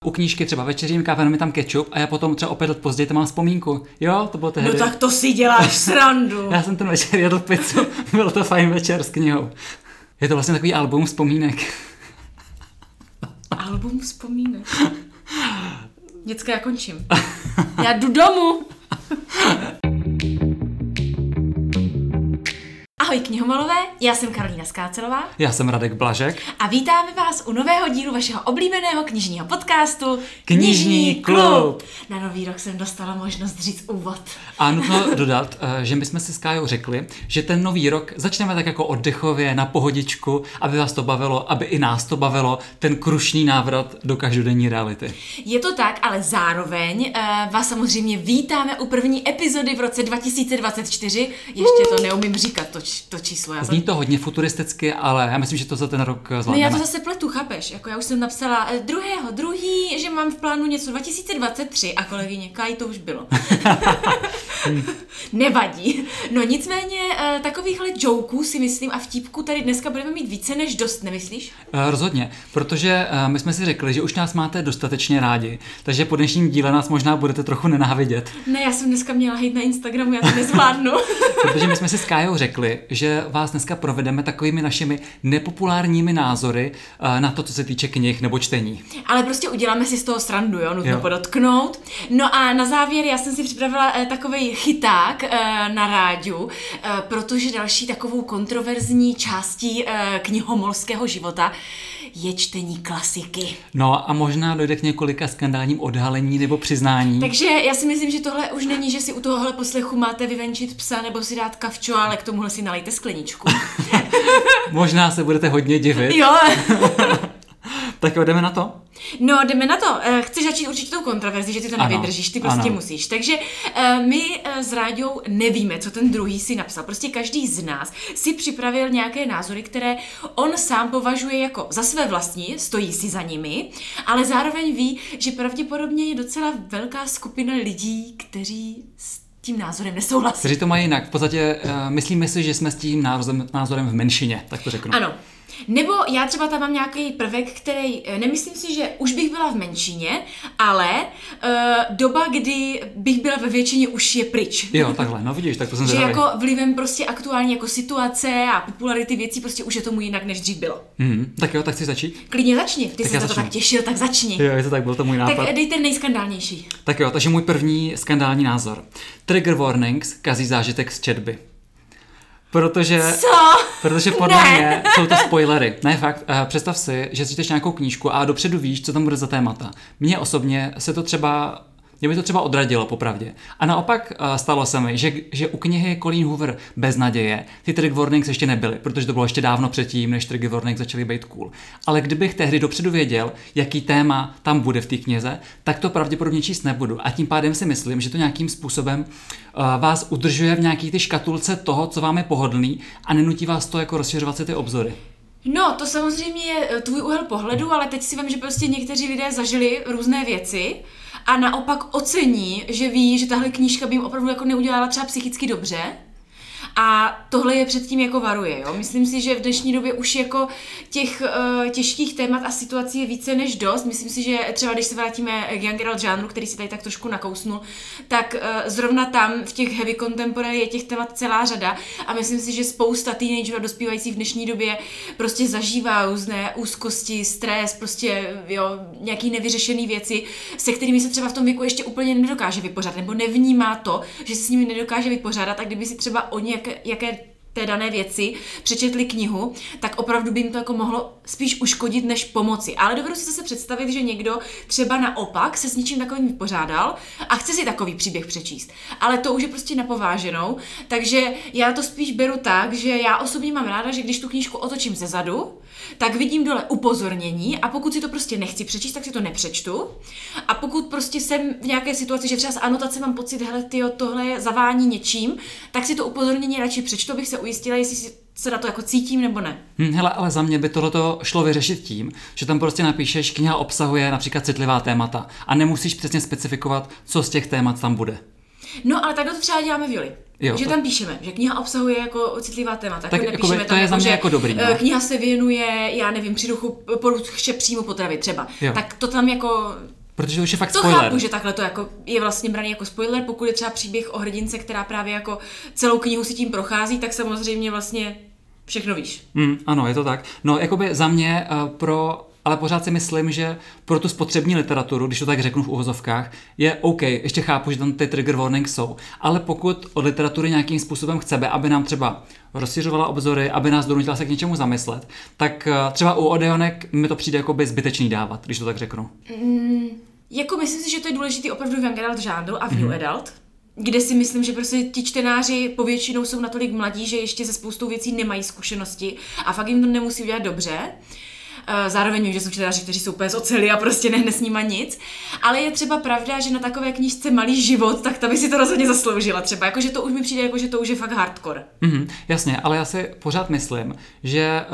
U knížky třeba Večeřím káve, mi tam ketchup a já potom třeba o 5 let později tam mám vzpomínku. Jo, to bylo tehdy. No tak to si děláš srandu. Já jsem ten večer jedl pizzu, byl to fajn večer s knihou. Je to vlastně takový album vzpomínek. Album vzpomínek. Děcka, já končím. Já jdu domů. Ahoj knihomalové, já jsem Karolína Skácelová. Já jsem Radek Blažek. A vítáme vás u nového dílu vašeho oblíbeného knižního podcastu Knižní klub. Na nový rok jsem dostala možnost říct úvod. A nutno dodat, že my jsme si s Kájou řekli, že ten nový rok začneme tak jako oddechově, na pohodičku, aby vás to bavilo, aby i nás to bavilo, ten krušný návrat do každodenní reality. Je to tak, ale zároveň vás samozřejmě vítáme u první epizody v roce 2024. Ještě to neumím říkat, to číslo. Zní to hodně futuristicky, ale já myslím, že to za ten rok zvládneme. No já to zase pletu, chápeš? Jako já už jsem napsala druhý, že mám v plánu něco 2023 a kolegyně, Kaj, to už bylo. Nevadí. No nicméně takovýchhle joků si myslím a vtípků tady dneska budeme mít více než dost, nemyslíš? Rozhodně, protože my jsme si řekli, že už nás máte dostatečně rádi, takže po dnešním díle nás možná budete trochu nenávidět. Ne, já jsem dneska měla hejt na Instagramu, já to nezvládnu. Protože my jsme si s Kájou řekli, že vás dneska provedeme takovými našimi nepopulárními názory na to, co se týče knih nebo čtení. Ale prostě uděláme si z toho srandu, jo, nutno podotknout. No a na závěr já jsem si připravila takovej chyták na rádiu, protože další takovou kontroverzní částí knihomolského života je čtení klasiky. No a možná dojde k několika skandálním odhalení nebo přiznání. Takže já si myslím, že tohle už není, že si u tohohle poslechu máte vyvenčit psa nebo si dát kavčo, ale k tomuhle si nalejte skleničku. Možná se budete hodně divit. Jo. Tak jo, jdeme na to? No, jdeme na to. Chceš začít určitě tou kontroverzi, že ty to nevydržíš, ty prostě musíš. Takže my s Ráďou nevíme, co ten druhý si napsal. Prostě každý z nás si připravil nějaké názory, které on sám považuje jako za své vlastní, stojí si za nimi, ale zároveň ví, že pravděpodobně je docela velká skupina lidí, kteří s tím názorem nesouhlasí. Kteří to mají jinak. V podstatě myslíme si, že jsme s tím názorem v menšině, tak to řeknu. Ano. Nebo já třeba tam mám nějaký prvek, který nemyslím si, že už bych byla v menšině, ale doba, kdy bych byla ve většině, už je pryč. Jo, takhle, no vidíš, tak to jsem že zvědavý. jako vlivem prostě aktuální jako situace a popularity věcí prostě už je tomu jinak, než dřív bylo. Tak jo, tak chci začít? Klidně začni, ty jsi za to tak těšil, tak začni. Jo, je to tak, byl to můj nápad. Tak dej ten nejskandálnější. Tak jo, takže můj první skandální názor. Trigger warnings kazí zážitek z četby. Protože podle mě jsou to spoilery. Ne, fakt, představ si, že si čteš nějakou knížku a dopředu víš, co tam bude za témata. Mně osobně mě by to třeba odradilo, popravdě. A naopak stalo se mi, že u knihy Colleen Hoover Bez naděje ty trigger warnings ještě nebyly, protože to bylo ještě dávno předtím, než trigger warnings začaly být cool. Ale kdybych tehdy dopředu věděl, jaký téma tam bude v té knize, tak to pravděpodobně číst nebudu. A tím pádem si myslím, že to nějakým způsobem vás udržuje v nějaký ty škatulce toho, co vám je pohodlný a nenutí vás to jako rozšiřovat si ty obzory. No, to samozřejmě je tvůj úhel pohledu, ale teď si vím, že prostě někteří lidé zažili různé věci a naopak ocení, že ví, že tahle knížka by jim opravdu jako neudělala třeba psychicky dobře. A tohle je předtím jako varuje, jo. Myslím si, že v dnešní době už jako těch těžkých témat a situací je více než dost. Myslím si, že třeba když se vrátíme k young adult žánru, který si tady tak trošku nakousnul, tak zrovna tam v těch heavy contemporary je těch témat celá řada a myslím si, že spousta teenagerů a dospívajících v dnešní době prostě zažívá různé úzkosti, stres, prostě jo, nějaký nevyřešený věci, se kterými se třeba v tom věku ještě úplně nedokáže vypořádat, nebo nevnímá to, že se s nimi nedokáže vypořádat, a kdyby si třeba o jaké té dané věci přečetli knihu, tak opravdu by jim to jako mohlo spíš uškodit, než pomoci. Ale dovedu si zase představit, že někdo třeba naopak se s něčím takovým vypořádal a chce si takový příběh přečíst. Ale to už je prostě napováženou, takže já to spíš beru tak, že já osobně mám ráda, že když tu knížku otočím zezadu, tak vidím dole upozornění a pokud si to prostě nechci přečíst, tak si to nepřečtu. A pokud prostě jsem v nějaké situaci, že třeba z anotace mám pocit, hele, tyjo, tohle je zavání něčím, tak si to upozornění radši přečtu, abych se ujistila, jestli se na to jako cítím nebo ne. Hele, ale za mě by tohleto šlo vyřešit tím, že tam prostě napíšeš, kniha obsahuje například citlivá témata a nemusíš přesně specifikovat, co z těch témat tam bude. No, ale takhle to třeba děláme Violy. Jo, že tam píšeme, že kniha obsahuje jako citlivá témata. Tak jako to tam, je za mě jako dobrý. No. Kniha se věnuje, já nevím, poruše příjmu potravy třeba. Jo. Tak to tam jako Protože to už je fakt to spoiler. chápu, že takhle to jako je vlastně braný jako spoiler, pokud je třeba příběh o hrdince, která právě jako celou knihu si tím prochází, tak samozřejmě vlastně všechno víš. Ano, je to tak. No, jakoby za mě ale pořád si myslím, že pro tu spotřební literaturu, když to tak řeknu v uvozovkách, je OK, ještě chápu, že tam ty trigger warnings jsou, ale pokud od literatury nějakým způsobem chceme, aby nám třeba rozšiřovala obzory, aby nás donutila se k něčemu zamyslet, tak třeba u Odeonek mi to přijde jakoby zbytečný dávat, když to tak řeknu. Jako myslím si, že to je důležitý opravdu v young adult žánru a v new adult, kde si myslím, že prostě ti čtenáři povětšinou jsou natolik mladí, že ještě ze spoustou věcí nemají zkušenosti a fakt jim to nemusí udělat dobře. Zároveň vím, že jsou čtenáři, kteří jsou úplně z oceli a prostě nesníma nic, ale je třeba pravda, že na takové knížce Malý život, tak ta by si to rozhodně zasloužila třeba, jakože to už mi přijde, jako že to už je fakt hardcore. Jasně, ale já si pořád myslím, že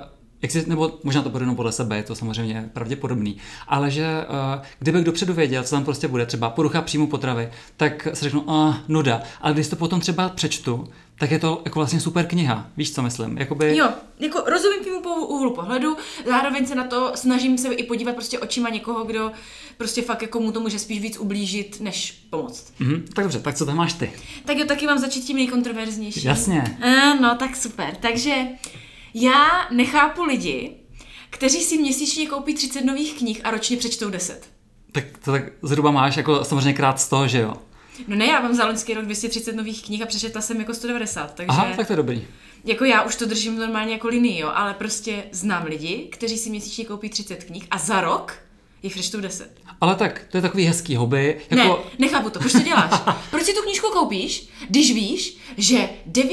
nebo možná to bude jenom podle sebe, je to samozřejmě pravděpodobný, ale že kdyby dopředu věděl, co tam prostě bude, třeba porucha příjmu potravy, tak si řeknu, nuda, ale když to potom třeba přečtu, tak je to jako vlastně super kniha, víš, co myslím? Jakoby... Jo, jako rozumím tvému úhlu pohledu, zároveň se na to snažím se i podívat prostě očima někoho, kdo prostě fakt jako mu to může spíš víc ublížit, než pomoct. Tak dobře, tak co tam máš ty? Tak jo, taky mám začít tím nejkontroverznějším. Jasně. No, tak super, takže já nechápu lidi, kteří si měsíčně koupí 30 nových knih a ročně přečtou 10. Tak to tak zhruba máš jako samozřejmě krát 100, že jo? No ne, já mám za loňský rok 230 nových knih a přečetla jsem jako 190, takže... Aha, tak to je dobrý. Jako já už to držím normálně jako linii, jo, ale prostě znám lidi, kteří si měsíčně koupí 30 knih a za rok jich přečtou 10. Ale tak, to je takový hezký hobby. Jako... Ne, nechápu to, proč to děláš? Proč si tu knížku koupíš, když víš, že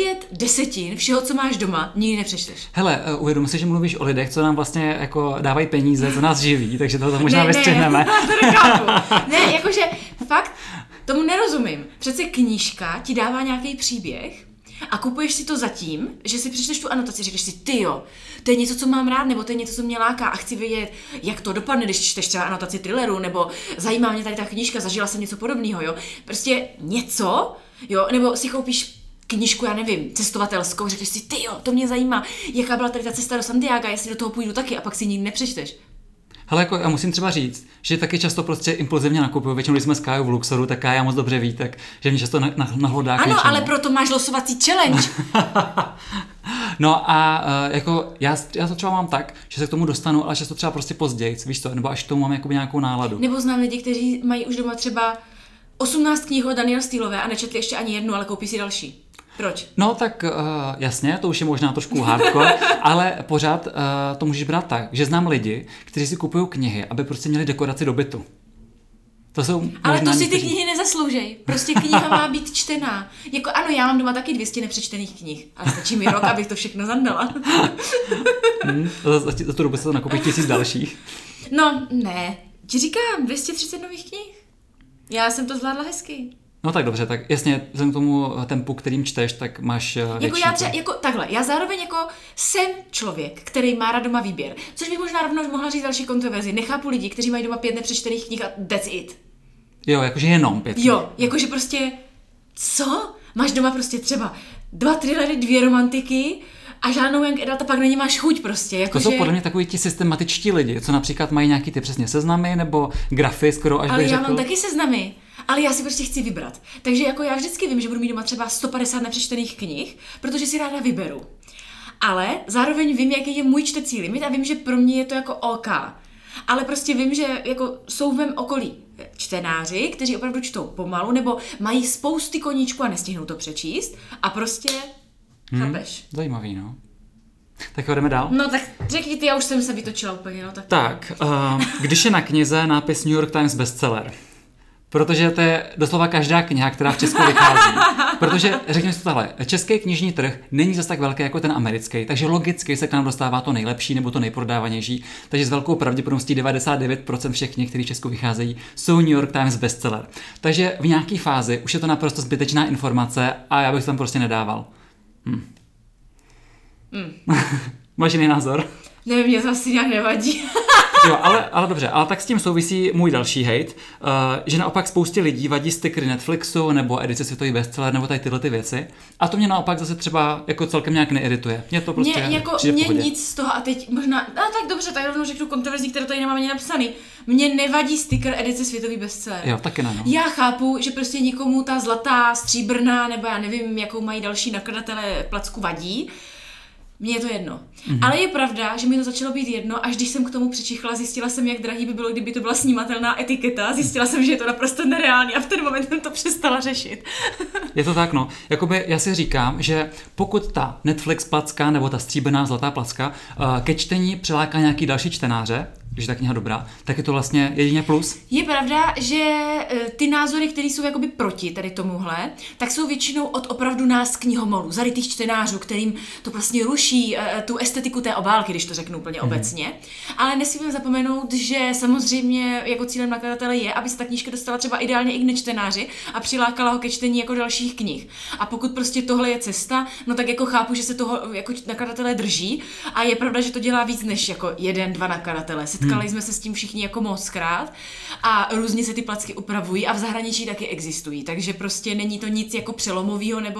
9/10 všeho, co máš doma, nikdy nepřečteš? Hele, uvědom si, že mluvíš o lidech, co nám vlastně jako dávají peníze, co nás živí, takže to možná vystřihneme. Ne, to nechápu. Ne, jakože fakt tomu nerozumím. Přece knížka ti dává nějaký příběh a kupuješ si to zatím, že si přečteš tu anotaci, řekneš si, tyjo, to je něco, co mám rád, nebo to je něco, co mě láká a chci vědět, jak to dopadne, když čteš třeba anotaci thrilleru, nebo zajímá mě tady ta knížka, zažila jsem něco podobného, jo. Prostě něco, jo, nebo si koupíš knížku, já nevím, cestovatelskou, řekneš si, tyjo, to mě zajímá, jaká byla tady ta cesta do Santiaga, jestli do toho půjdu taky a pak si nikdy nepřečteš. Hele, jako já musím třeba říct, že taky často prostě impulzivně nakupuju, většinou když jsme s Kájou v Luxoru, tak Kája moc dobře ví, tak že mě často nahlodá k něčemu. Ano, ale proto máš losovací challenge. No a jako já to třeba mám tak, že se k tomu dostanu, ale často třeba prostě později, víš to, nebo až k tomu mám jakoby nějakou náladu. Nebo znám lidi, kteří mají už doma třeba 18 knih od Daniel Steelové a nečetli ještě ani jednu, ale koupí si další. Proč? No tak jasně, to už je možná trošku hardcore, ale pořád to můžeš brát tak, že znám lidi, kteří si kupují knihy, aby prostě měli dekoraci do bytu. To jsou ale to si ty někteří... knihy nezasloužej. Prostě kniha má být čtená. Jako ano, já mám doma taky 200 nepřečtených knih, ale stačí mi rok, abych to všechno zandala. Za tu dobu se to nakupí 1000 dalších. No, ne. Ti říkám, 230 nových knih. Já jsem to zvládla hezky. No tak dobře, tak jasně, vzhledem k tomu tempu, kterým čteš, tak máš jako já třeba, jako takhle, já zároveň jako jsem člověk, který má rád doma výběr, což bych možná rovnou mohla říct další kontroverzi. Nechápu lidi, kteří mají doma 5 nepřečtených knih a that's it. Jo, jakože jenom 5. Jo, jakože prostě, co? Máš doma prostě třeba 2 thrillery, 2 romantiky a žádnou young adult a pak na ně máš chuť prostě. Jako to jsou podle mě takový ti systematičtí lidi, co například mají nějaký ty přesně seznamy nebo grafy, skoro až ale bych já řekl. mám taky seznamy. Ale já si prostě chci vybrat. Takže jako já vždycky vím, že budu mít doma třeba 150 nepřečtených knih, protože si ráda vyberu. Ale zároveň vím, jaký je můj čtecí limit a vím, že pro mě je to jako OK. Ale prostě vím, že jako jsou v mém okolí čtenáři, kteří opravdu čtou pomalu, nebo mají spousty koníčků a nestihnou to přečíst a prostě chápeš. Zajímavý, no. Tak jdeme dál? No tak řekni ty, já už jsem se vytočila úplně, no tak. Tak, když je na knize nápis New York Times bestseller, protože to je doslova každá kniha, která v Česku vychází. Protože, řekněme si to takhle, český knižní trh není zase tak velký jako ten americký, takže logicky se k nám dostává to nejlepší nebo to nejprodávanější, takže s velkou pravděpodobností 99% všech knih, které v Česku vycházejí, jsou New York Times bestseller. Takže v nějaké fázi už je to naprosto zbytečná informace a já bych to tam prostě nedával. Máš jiný názor? Nevím, mě to asi nějak nevadí. Jo, ale dobře, ale tak s tím souvisí můj další hate, že naopak spoustě lidí vadí stickery Netflixu nebo edice světový bestseller nebo tady tyhle ty věci. A to mě naopak zase třeba jako celkem nějak neirituje. Mě to prostě mě nic z toho a teď možná, tak dobře, tak rovnou řeknu kontroverzní, které tady nemám ani napsaný. Mně nevadí sticker edice světový bestseller. Jo, taky ne, no. Já chápu, že prostě někomu ta zlatá, stříbrná nebo já nevím, jakou mají další nakladatelé placku vadí. Mně je to jedno. Ale je pravda, že mi to začalo být jedno, až když jsem k tomu přičichla, zjistila jsem, jak drahý by bylo, kdyby to byla snímatelná etiketa, zjistila jsem, že je to naprosto nereálný a v ten moment jsem to přestala řešit. Je to tak, no. Jakoby já si říkám, že pokud ta Netflix placka nebo ta stříbrná zlatá placka ke čtení přiláká nějaký další čtenáře, když ta kniha dobrá, tak je to vlastně jedině plus. Je pravda, že ty názory, které jsou jakoby proti tady tomuhle, tak jsou většinou od opravdu nás knihomolů, zarytých čtenářů, kterým to vlastně ruší tu estetiku té obálky, když to řeknu úplně obecně. Ale nesmíme zapomenout, že samozřejmě jako cílem nakladatele je, aby se ta knížka dostala třeba ideálně i k nečtenáři a přilákala ho ke čtení jako dalších knih. A pokud prostě tohle je cesta, no tak jako chápu, že se toho jako nakladatelé drží a je pravda, že to dělá víc než jako 1-2 nakladatelé. Setkali jsme se s tím všichni jako mockrát a různě se ty placky upravují a v zahraničí taky existují, takže prostě není to nic jako přelomového nebo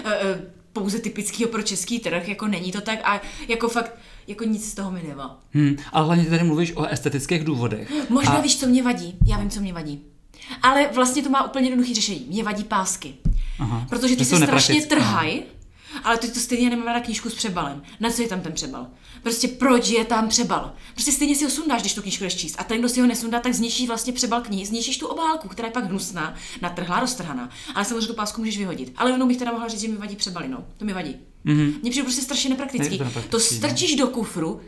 pouze typického pro český trh, jako není to tak a jako fakt jako nic z toho mi nevá. Ale hlavně tady mluvíš o estetických důvodech. Možná víš, co mě vadí, já vím, co mě vadí. Ale vlastně to má úplně jednoduchý řešení, mě vadí pásky. Aha. Protože ty se strašně trhají. Ale ty to stejně nemám ráda knížku s přebalem. Na co je tam ten přebal? Prostě proč je tam přebal? Prostě stejně si ho sundáš, když tu knížku jdeš číst. A ten, kdo si ho nesundá, tak zničí vlastně přebal knih, zničíš tu obálku, která je pak hnusná, natrhlá, roztrhaná. Ale samozřejmě tu pásku můžeš vyhodit. Ale rovnou bych teda mohla říct, že mi vadí přebaly, no. To mi vadí. Mně přijde prostě strašně nepraktický. To strčíš do kufru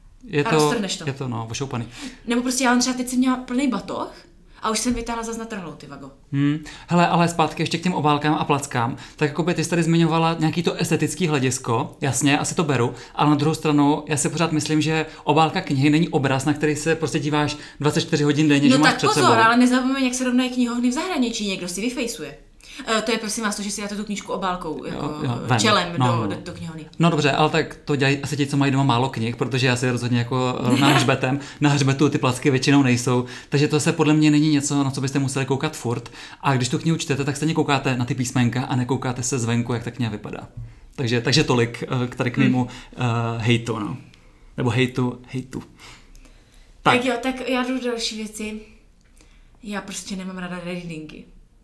a roztrhneš to. Je to ošoupaný. Nebo prostě já třeba teď jsem měla plný batoh. A už jsem vytáhla zase natrhlou, ty vago. Hele, ale zpátky ještě k těm obálkám a plackám, tak jako by ty jsi tady zmiňovala nějaký to estetický hledisko, jasně, asi to beru, ale na druhou stranu já si pořád myslím, že obálka knihy není obraz, na který se prostě díváš 24 hodin denně, že máš před sebou. No tak pozor, ale nezapomeň, jak se rovnají knihovny v zahraničí, někdo si vyfejsuje. To je prosím vás to, že si dáte tu knížku obálkou jako čelem do knihovny. No dobře, ale tak to dělají asi ti, co mají doma málo knih, protože já si rozhodně jako rovnám hřbetem. Na hřbetu ty placky většinou nejsou, takže to se podle mě není něco, na co byste museli koukat furt. A když tu knihu čtete, tak stejně koukáte na ty písmenka a nekoukáte se zvenku, jak ta kniha vypadá. Takže tolik tady k mému hejtu, no. Nebo hejtu. Tak jo, tak já jdu do další věci. Já prostě nemám ráda readingy.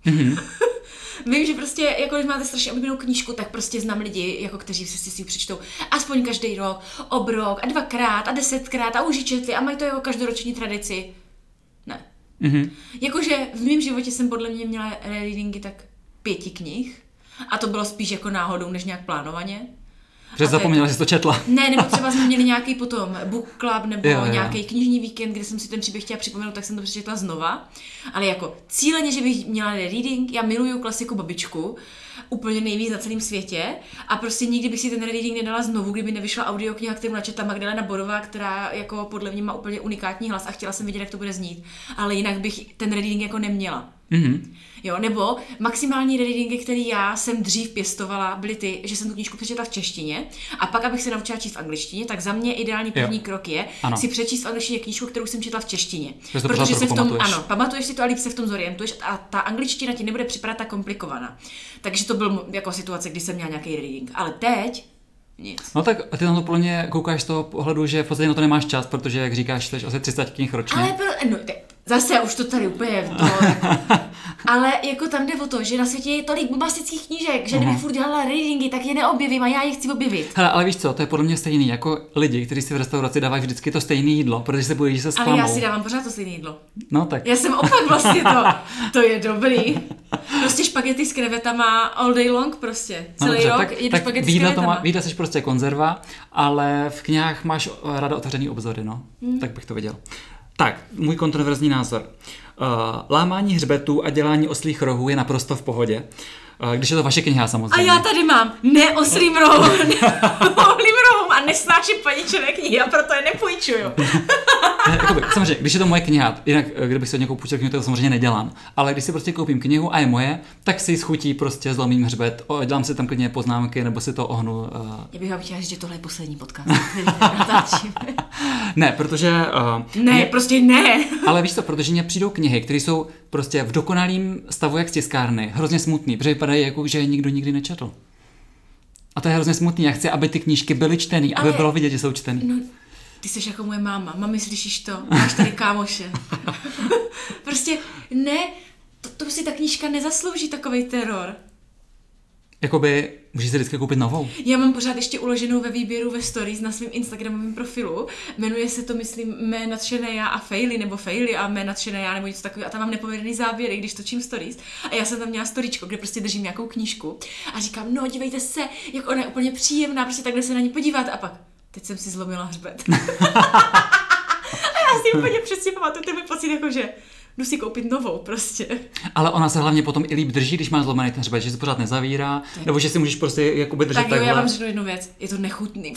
Vím, že prostě, jako když máte strašně oblíbenou knížku, tak prostě znám lidi, jako kteří si ji přečtou aspoň každý rok, obrok a 2krát a 10krát a už ji četli a mají to jako každoroční tradici. Ne. Jakože v mém životě jsem podle mě měla readingy tak 5 knih a to bylo spíš jako náhodou, než nějak plánovaně. Že zapomněla, že jsi to četla. Ne, nebo třeba jsme měli nějaký potom book club nebo nějaký knižní víkend, kde jsem si ten příběh chtěla připomenout, tak jsem to přečetla znova. Ale jako cíleně, že bych měla reading, já miluju klasiku Babičku, úplně nejvíc na celém světě a prostě nikdy bych si ten reading nedala znovu, kdyby nevyšla audiokniha, kterou načetla Magdalena Borová, která jako podle mě má úplně unikátní hlas a chtěla jsem vidět, jak to bude znít. Ale jinak bych ten reading jako neměla. Jo, nebo maximální readingy, který já jsem dřív pěstovala, byly ty, že jsem tu knížku přečetla v češtině a pak, abych se naučila číst v angličtině, tak za mě ideální první krok je si přečíst v angličtině knížku, kterou jsem četla v češtině. Protože se v tom, pamatuješ si to a líp se v tom zorientuješ a ta angličtina ti nebude připadat tak komplikovaná. Takže to byl jako situace, kdy jsem měla nějaký reading. Ale teď nic. No tak ty na to podle mě koukáš z toho pohledu, že v podstatě na to nemáš čas, protože jak říkáš, jsi asi 300 knih ročně. Ale zase už to tady úplně ale jako tam jde o to, že na světě je tolik bombastických knížek, že kdybych furt dělala readingy, tak je neobjevím a já je chci objevit. Hele, ale víš co, to je podle mě stejný, jako lidi, kteří si v restauraci dávají vždycky to stejné jídlo, protože se bojí, že se zklamou. Ale já si dávám pořád to stejné jídlo. No tak. Já jsem opak vlastně to je dobrý. Prostě špagety s krevetama all day long prostě. Celý rok jedu špagety s krevetama. Výdla jsi prostě konzerva, ale v knihách máš ráda otevřený obzory, no. Tak bych to viděl. Tak, můj kontroverzní názor. Lámání hřbetů a dělání oslích rohů je naprosto v pohodě. Když je to vaše kniha samozřejmě. A já tady mám oslým rohům a nesnáším paničené knihy a proto je nepůjčuju. Jakoby, samozřejmě, když je to moje kniha, jinak kdybych si od někoho půjčil knihu, to samozřejmě nedělám. Ale když si prostě koupím knihu a je moje, tak si ji schutí prostě zlomím hřbet, dělám si tam klidně poznámky nebo si to ohnu. Já bych vám chtěla říct, že tohle je poslední podcast, který natáčíme. Ne, protože... prostě ne. Ale víš co, protože mně přijdou knihy, které jsou prostě v dokonalém stavu jak z tiskárny, hrozně smutný, protože vypadají jako, že je nikdo nikdy nečetl. A to je hrozně smutný, já chci, aby ty knížky byly čtený, aby bylo vidět, že jsou čtený. No, ty jsi jako moje máma, mami, slyšíš to? Máš tady kámoše. Prostě ne, to si ta knížka nezaslouží takovej teror. Jakoby, můžeš si vždycky koupit novou. Já mám pořád ještě uloženou ve výběru ve stories na svém instagramovém profilu. Jmenuje se to, myslím, Mé nadšené já a faily, nebo faily a Mé nadšené já, nebo něco takového. A tam mám nepovedený záběry, když točím stories. A já jsem tam měla storyčko, kde prostě držím nějakou knížku a říkám, no dívejte se, jak ona je úplně příjemná, prostě takhle se na ní podívat. A pak, teď jsem si zlomila hřbet. A já si úplně přesně pamatuju ten můj pocit, jakože jdu si koupit novou prostě. Ale ona se hlavně potom i líp drží, když má zlomený ten hřbet, že se pořád nezavírá, nebo že si můžeš prostě jakoby držet takhle. Tak jo, já vám řeknu jednu věc, je to nechutný.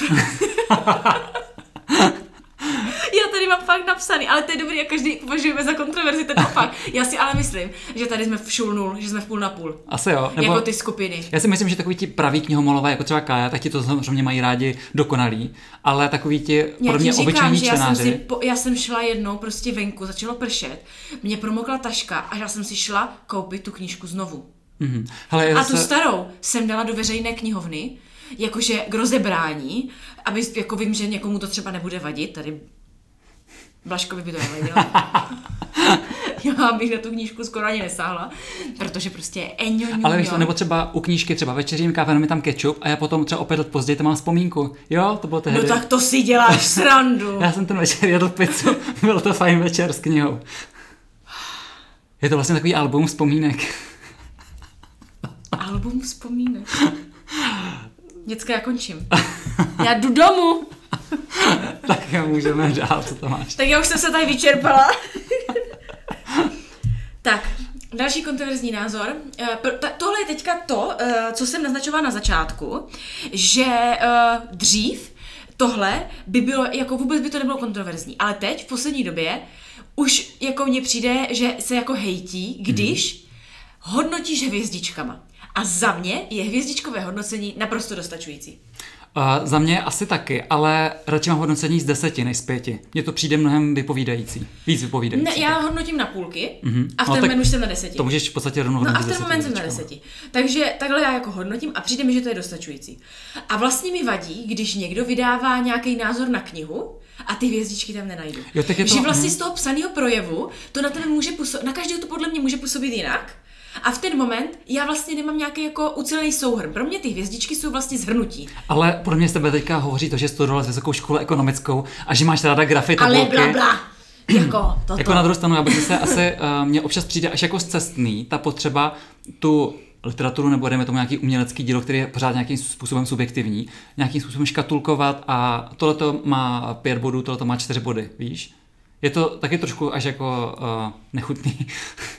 Já tady mám fakt napsaný, ale to je dobrý, jak každý považujeme za kontroverzi ten opak. Já si ale myslím, že tady jsme v šul nul, že jsme v půl na půl. Asi jo. Nebo jako ty skupiny. Já si myslím, že takový ti praví knihomolové, jako třeba Kája, tak ti to samozřejmě mají rádi dokonalý, ale takový ti pro mě obyčejní čtenáři. Já jsem šla jednou prostě venku, začalo pršet, mě promokla taška a já jsem si šla koupit tu knížku znovu. Mm-hmm. Hele, a tu starou jsem dala do veřejné knihovny, jakože k rozebrání, aby jako vím, že někomu to třeba nebude vadit, tady Blažkovi by to nevadilo. Já bych na tu knížku skoro ani nesáhla, protože prostě je eňoňuňo. Ale víš to, nebo třeba u knížky třeba večeřím kávu, jenom je tam kečup a já potom třeba o 5 let později tam mám vzpomínku. Jo, to bylo tehdy. No tak to si děláš srandu. Já jsem ten večer jedl pizzu, byl to fajn večer s knihou. Je to vlastně takový album vzpomínek. Album vzpomínek. Děcka, já končím. Já jdu domů. Tak můžeme dál, co to máš. Tak já už jsem se tady vyčerpala. Tak, další kontroverzní názor. Tohle je teďka to, co jsem naznačovala na začátku, že dřív tohle by bylo, jako vůbec by to nebylo kontroverzní, ale teď v poslední době už jako mně přijde, že se jako hejtí, když hodnotíš hvězdičkama. A za mě je hvězdičkové hodnocení naprosto dostačující. Za mě asi taky, ale radši mám hodnocení z 10 než z 5. Mně to přijde mnohem vypovídající. Víc vypovídající. Ne, já hodnotím na půlky a v ten moment už jsem na 10. To můžeš v podstatě rovnou hodnotit. No a v ten moment jsem na 10. Takže takhle já jako hodnotím a přijde mi, že to je dostačující. A vlastně mi vadí, když někdo vydává nějaký názor na knihu a ty hvězdičky tam nenajdu. Jo, tak je to, že vlastně z toho psaného projevu to na tebe může na každého to podle mě může působit jinak. A v ten moment já vlastně nemám nějaký jako ucelený souhrn. Pro mě ty hvězdičky jsou vlastně zhrnutí. Ale pro mě s tebe teďka hovoří to, že studovala vysokou školu ekonomickou a že máš ráda grafy, tabulky. Ale bla. Jako toto. Jako na druhou stranu, já bych se asi, mně občas přijde až jako scestný ta potřeba tu literaturu nebo dejme tomu nějaký umělecký dílo, který je pořád nějakým způsobem subjektivní, nějakým způsobem škatulkovat a tohleto má 5 bodů, tohleto má 4 body, víš? Je to taky trošku až jako nechutný.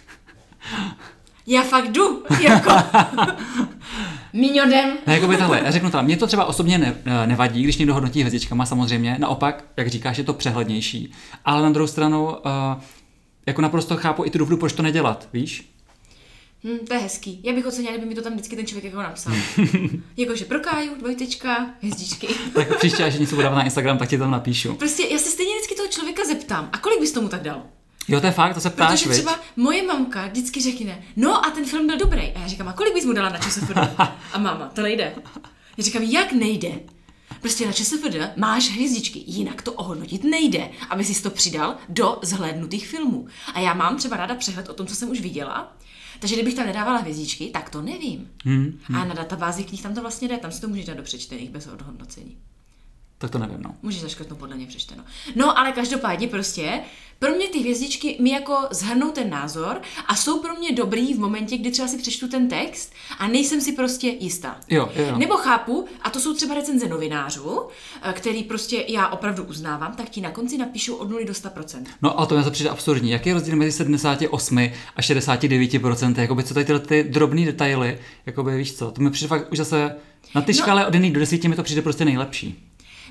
Já fakt jdu, jako míňodem. Ne, jako by takhle, já řeknu tam, mě to třeba osobně nevadí, když někdo hodnotí hvězdičkama, samozřejmě, naopak, jak říkáš, je to přehlednější, ale na druhou stranu, jako naprosto chápu i tu důvodu, proč to nedělat, víš? To je hezký. Já bych ocenila, kdyby mi to tam vždycky ten člověk jako napsal. Jakože pro Káju, 2, hvězdičky. Tak příště, až něco budu dávat na Instagram, tak ti tam napíšu. Prostě já se stejně vždycky toho člověka zeptám, a kolik bys tomu tak dal? Jo, to je fakt, to se ptáš, protože třeba moje mamka vždycky řekne, no a ten film byl dobrý. A já říkám, a kolik bys mu dala na ČSFD? A máma, to nejde. Já říkám, jak nejde? Prostě na ČSFD máš hvězdičky, jinak to ohodnotit nejde, aby jsi to přidal do zhlédnutých filmů. A já mám třeba ráda přehled o tom, co jsem už viděla, takže kdybych tam nedávala hvězdičky, tak to nevím. A na databázi knih tam to vlastně jde, tam si to můžeš dát do přečtených bez odhodnocení. Tak to nevím, no. Můžeš zaškrtnout podle mě přečteno. No, ale každopádně prostě, pro mě ty hvězdičky mi jako zhrnou ten názor a jsou pro mě dobrý v momentě, kdy třeba si přečtu ten text a nejsem si prostě jistá. Jo. Nebo chápu, a to jsou třeba recenze novinářů, který prostě já opravdu uznávám, tak ti na konci napíšu od 0 do 100%. No, ale to mě to přijde absurdní. Jaký je rozdíl mezi 78 a 69%? Jakoby co tady tyhle ty drobný detaily, jakoby víš co, to mi přijde fakt už zase na ty škále od 1 do 10 mi to přijde prostě nejlepší.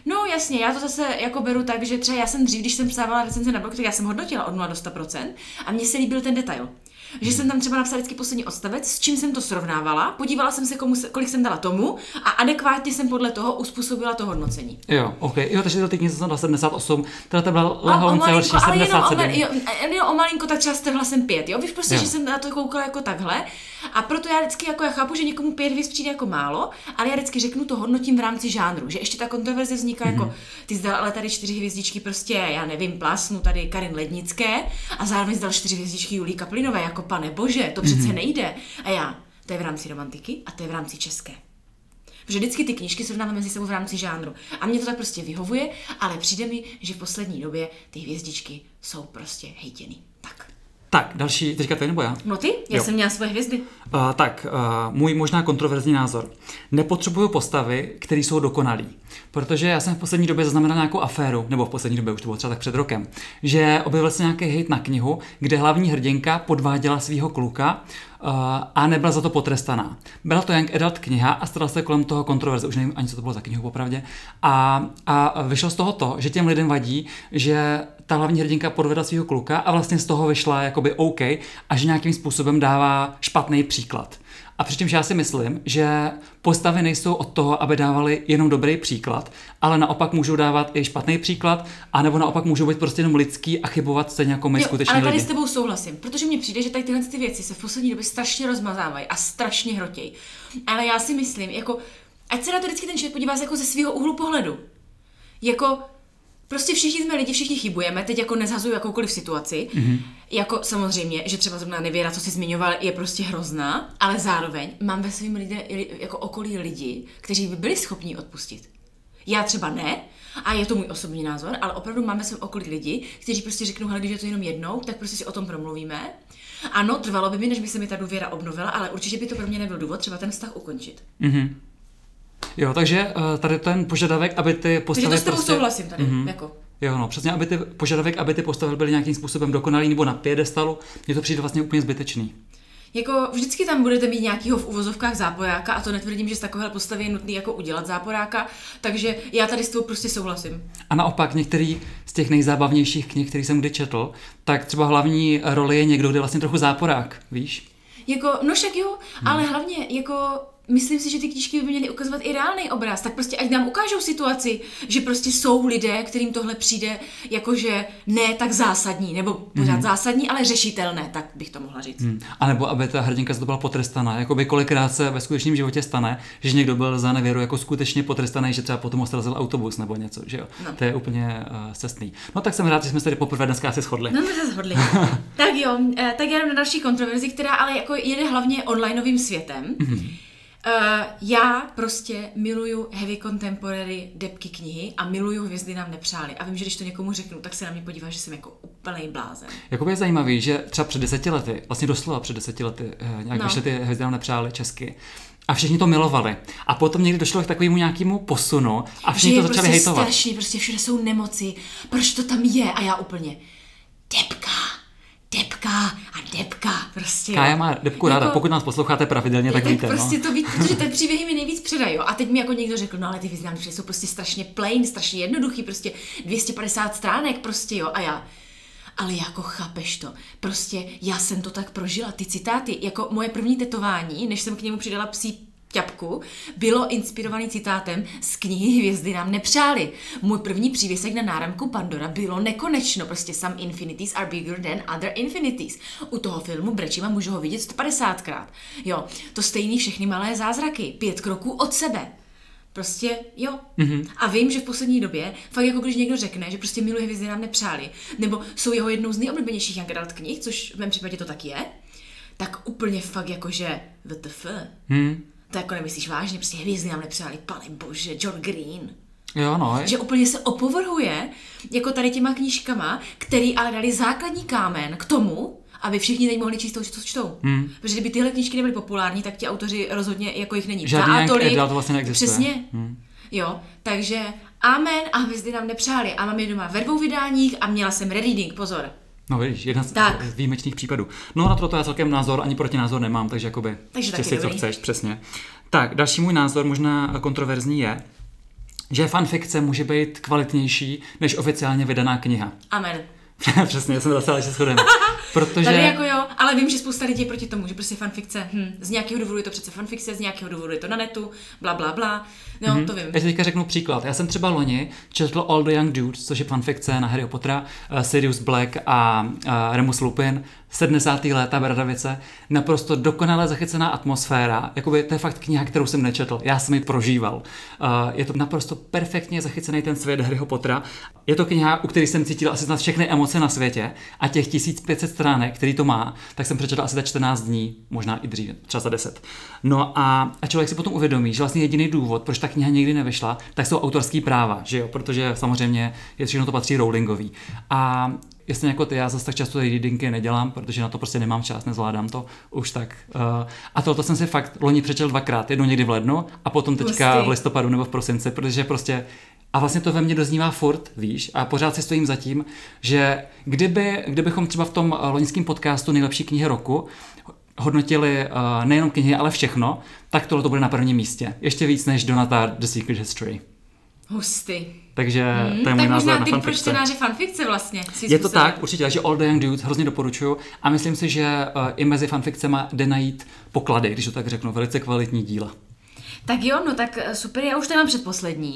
No jasně, já to zase jako beru tak, že třeba já jsem dřív, když jsem psávala recenze na blog, tak já jsem hodnotila od 0 do 100% a mně se líbil ten detail. Že jsem tam třeba napsala vždycky poslední odstavec, s čím jsem to srovnávala, podívala jsem se, kolik jsem dala tomu a adekvátně jsem podle toho uspůsobila to hodnocení. Jo, OK. Jo, takže ty knihy jsem dala 78, teda to byla lehonce horší 77. Jenom o malinko, tak třeba strhla jsem 5, jo? Víš prostě, jo. Že jsem na to koukala jako takhle a proto já vždycky jako já chápu, že někomu 5 hvězd přijde jako málo, ale já vždycky řeknu to hodnotím v rámci žánru, že ještě ta kontroverze vzniká jako ty zdal ale tady 4 hvězdičky prostě, já nevím, plásnu tady Karin Lednické a zároveň zdal 4 hvězdičky Julii Kaplinové, jako pane bože, to přece nejde. A já, to je v rámci romantiky a to je v rámci české. Protože vždycky ty knížky srovnáme mezi sebou v rámci žánru. A mě to tak prostě vyhovuje, ale přijde mi, že v poslední době ty hvězdičky jsou prostě hejtěný. Tak, další, teďka ty nebo já? No ty, já jsem měla svoje hvězdy. Můj možná kontroverzní názor. Nepotřebuju postavy, které jsou dokonalý. Protože já jsem v poslední době zaznamenal nějakou aféru, nebo v poslední době, už to bylo třeba tak před rokem, že objevil se nějaký hejt na knihu, kde hlavní hrdinka podváděla svého kluka a nebyla za to potrestaná. Byla to young adult kniha a stala se kolem toho kontroverze, už nevím ani, co to bylo za knihu popravdě. A vyšlo z toho to, že těm lidem vadí, že ta hlavní hrdinka podvedla svého kluka a vlastně z toho vyšla jakoby OK a že nějakým způsobem dává špatný příklad. A přičemž já si myslím, že postavy nejsou od toho, aby dávali jenom dobrý příklad, ale naopak můžou dávat i špatný příklad, anebo naopak můžou být prostě jenom lidský a chybovat stejně jako my skuteční lidi. Ale tady s tebou souhlasím, protože mně přijde, že tady tyhle ty věci se v poslední době strašně rozmazávají a strašně hrotějí. Ale já si myslím, jako, ať se na to vždycky ten člověk podívá jako ze svého úhlu pohledu. Jako, prostě všichni jsme lidi, všichni chybujeme, teď jako nezhazuju jakoukoliv situaci. Jako samozřejmě, že třeba zrovna nevěra, co jsi zmiňoval, je prostě hrozná, ale zároveň mám ve svým jako okolí lidi, kteří by byli schopni odpustit. Já třeba ne, a je to můj osobní názor, ale opravdu máme ve svém okolí lidi, kteří prostě řeknou, hele, když je to jenom jednou, tak prostě si o tom promluvíme. Ano, trvalo by mi, než by se mi ta důvěra obnovila, ale určitě by to pro mě nebyl důvod třeba ten vztah ukončit. Jo, takže tady ten požadavek, aby ty postavy takže to s tebou souhlasím tady, jako. Jo, no, přesně, aby ty požadavek, aby ty postavy byly nějakým způsobem dokonalý nebo na piedestalu, mně to přijde vlastně úplně zbytečný. Jako vždycky tam budete mít nějakýho v uvozovkách záporáka a to netvrdím, že z takovéhle postavy je nutný jako udělat záporáka, takže já tady s tou prostě souhlasím. A naopak některý z těch nejzábavnějších knih, který jsem kdy četl, tak třeba hlavní roli je někdo, kde je vlastně trochu záporák, víš? Jako, no však jo, ale hlavně jako myslím si, že ty knížky by měly ukazovat i reálný obraz, tak prostě ať nám ukážou situaci, že prostě jsou lidé, kterým tohle přijde jakože ne tak zásadní, nebo pořád zásadní, ale řešitelné, tak bych to mohla říct. A nebo aby ta hrdinka za to byla potrestaná, jakoby kolikrát se ve skutečném životě stane, že někdo byl za nevěru jako skutečně potrestaný, že třeba potom ostrazil autobus nebo něco, že jo. No. To je úplně scestný. No tak jsem rád, že jsme se tady poprvé dneska asi shodli. No, my se shodli. Tak jo, tak jenom na další kontroverzi, která ale jako jede hlavně onlineovým světem. Já prostě miluju heavy contemporary debky knihy a miluju Hvězdy nám nepřáli. A vím, že když to někomu řeknu, tak se na mě podívá, že jsem jako úplnej blázen. Jakoby je zajímavý, že třeba před 10 lety, vlastně doslova před 10 lety, nějak vyšly ty Hvězdy nám nepřáli česky. A všichni to milovali. A potom někdy došlo k takovému nějakému posunu a všichni to začali prostě hejtovat. Strašný, prostě všude jsou nemoci. Proč to tam je? A já úplně debka a debka, prostě. Kája má debku ráda, pokud nás posloucháte pravidelně, tak víte. Prostě to víc, protože ten příběhy mi nejvíc předají. A teď mi jako někdo řekl, no ale ty významy jsou prostě strašně plain, strašně jednoduchý, prostě 250 stránek, prostě jo. A já, ale jako chápeš to, prostě já jsem to tak prožila, ty citáty, jako moje první tetování, než jsem k němu přidala psí ťapku, bylo inspirovaný citátem z knihy Hvězdy nám nepřáli. Můj první přívěsek na náramku Pandora bylo nekonečno, prostě some infinities are bigger than other infinities. U toho filmu brečím a můžu ho vidět 150krát. Jo, to stejný všechny malé zázraky, 5 kroků od sebe. Prostě jo. A vím, že v poslední době, fakt jako když někdo řekne, že prostě miluje Hvězdy nám nepřáli, nebo jsou jeho jednou z nejoblíbenějších young adult knih, což v mém případě to tak je, tak úplně fakt jakože WTF. To jako nemyslíš vážně, prostě Hvězdy nám nepřáli, pane bože, John Green. Jo, no. Že úplně se opovrhuje jako tady těma knížkama, který ale dali základní kámen k tomu, aby všichni teď mohli číst to, co čtou. Protože kdyby tyhle knížky nebyly populární, tak ti autoři rozhodně jako jich není. Žádný to vlastně neexistuje. Přesně. Jo, takže amen a Hvězdy nám nepřáli. A mám je doma ve 2 vydáních a měla jsem rereading, pozor. No vidíš, jedna z výjimečných případů. No na to já celkem názor, ani protinázor nemám, takže jakoby takže si co chceš, přesně. Tak, další můj názor, možná kontroverzní je, že fanfikce může být kvalitnější než oficiálně vydaná kniha. Amen. Přesně, já jsem zase že shodem. Protože... Tady jako jo, ale vím, že spousta lidí je proti tomu, že prostě fanfikce, z nějakého důvodu je to přece fanfikce, z nějakého důvodu je to na netu, bla bla bla. No, to vím. Já teďka řeknu příklad. Já jsem třeba loni četl All the Young Dudes, což je fanfikce na Harryho Pottera, Sirius Black a Remus Lupin, 70. léta Bradavice, naprosto dokonale zachycená atmosféra, jakoby to je fakt kniha, kterou jsem nečetl, já jsem ji prožíval. Je to naprosto perfektně zachycený ten svět Harryho Pottera. Je to kniha, u které jsem cítil asi snad všechny emoce na světě a těch 1500 stránek, který to má, tak jsem přečetl asi za 14 dní, možná i dříve, třeba za 10. No a člověk si potom uvědomí, že vlastně jediný důvod, proč ta kniha nikdy nevyšla, tak jsou autorský práva, že jo, protože samozřejmě všechno to patří Rowlingový. A jestli jako ty, já zase tak často readingy nedělám, protože na to prostě nemám čas, nezvládám to už tak. A tohle jsem si fakt loni přečetl 2krát, jednou někdy v lednu a potom teďka v listopadu nebo v prosinci, protože prostě a vlastně to ve mně doznívá furt, víš, a pořád si stojím za tím, že kdybychom třeba v tom loňském podcastu nejlepší knihy roku hodnotili nejenom knihy, ale všechno, tak tohle to bude na prvním místě. Ještě víc než Donata The Secret History. Hustý. Takže to je můj názor na fanfikce. Tak možná ty pro čtenáře fanfikce vlastně. Je to tak, určitě, takže All the Young Dudes hrozně doporučuju a myslím si, že i mezi fanfikcema jde najít poklady, když to tak řeknu, velice kvalitní díla. Tak jo, no tak super, já už tady mám předposlední.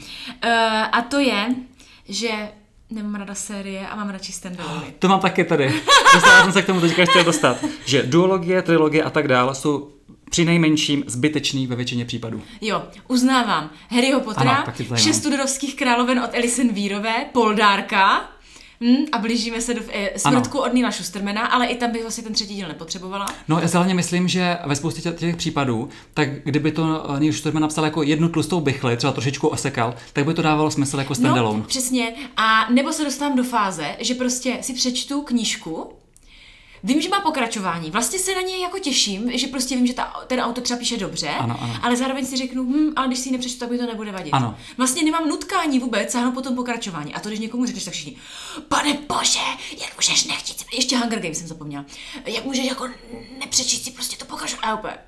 A to je, že nemám ráda série a mám radši standalone. To mám taky tady. Já jsem se k tomu teďka chtěl dostat. Že duologie, trilogie a tak dále jsou přinejmenším zbytečný ve většině případů. Jo, uznávám. Harryho Pottera, 6 Tudorovských královen od Alison Weirové, Poldárka, a blížíme se do Smrtku od Neila Schustermana, ale i tam bych vlastně ten třetí díl nepotřebovala. No, já hlavně myslím, že ve spoustě těch případů, tak kdyby to Neil Schusterman napsal jako jednu tlustou bichli, třeba trošičku osekal, tak by to dávalo smysl jako standalone. No, přesně. A nebo se dostávám do fáze, že prostě si přečtu knížku, vím, že má pokračování. Vlastně se na něj jako těším, že prostě vím, že ten autor třeba píše dobře, ano. Ale zároveň si řeknu, ale když si ji nepřečtu, tak mi to nebude vadit. Ano. Vlastně nemám nutkání vůbec sáhnout po tom pokračování. A to, když někomu řekneš, tak všichni, pane bože, jak můžeš nechtít, ještě Hunger Games jsem zapomněla, jak můžeš jako nepřečíst si prostě to pokračování. A úplně,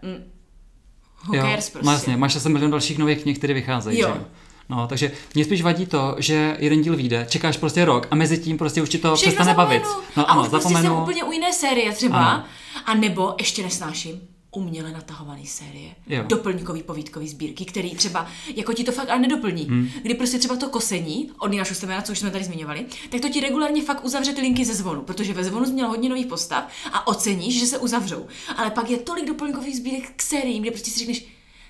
who cares prostě. Jasně, máš zase milion dalších nových knih, které vycházejí, že jo? No, takže mě spíš vadí to, že jeden díl vyjde, čekáš prostě rok a mezi tím prostě už ti to přestane bavit. No, a ano, už prostě jsem úplně u jiné série třeba. Ano. A nebo ještě nesnáším uměle natahované série, doplňkový povídkový sbírky, který třeba jako ti to fakt ale nedoplní. Kdy prostě třeba to kosení od Neila Schustermana, co už jsme tady zmiňovali, tak to ti regulárně fakt uzavře ty linky ze Zvonu, protože ve Zvonu jsi měl hodně nových postav a oceníš, že se uzavřou. Ale pak je tolik doplňkových sbírek k sériím, kde prostě si řekneš,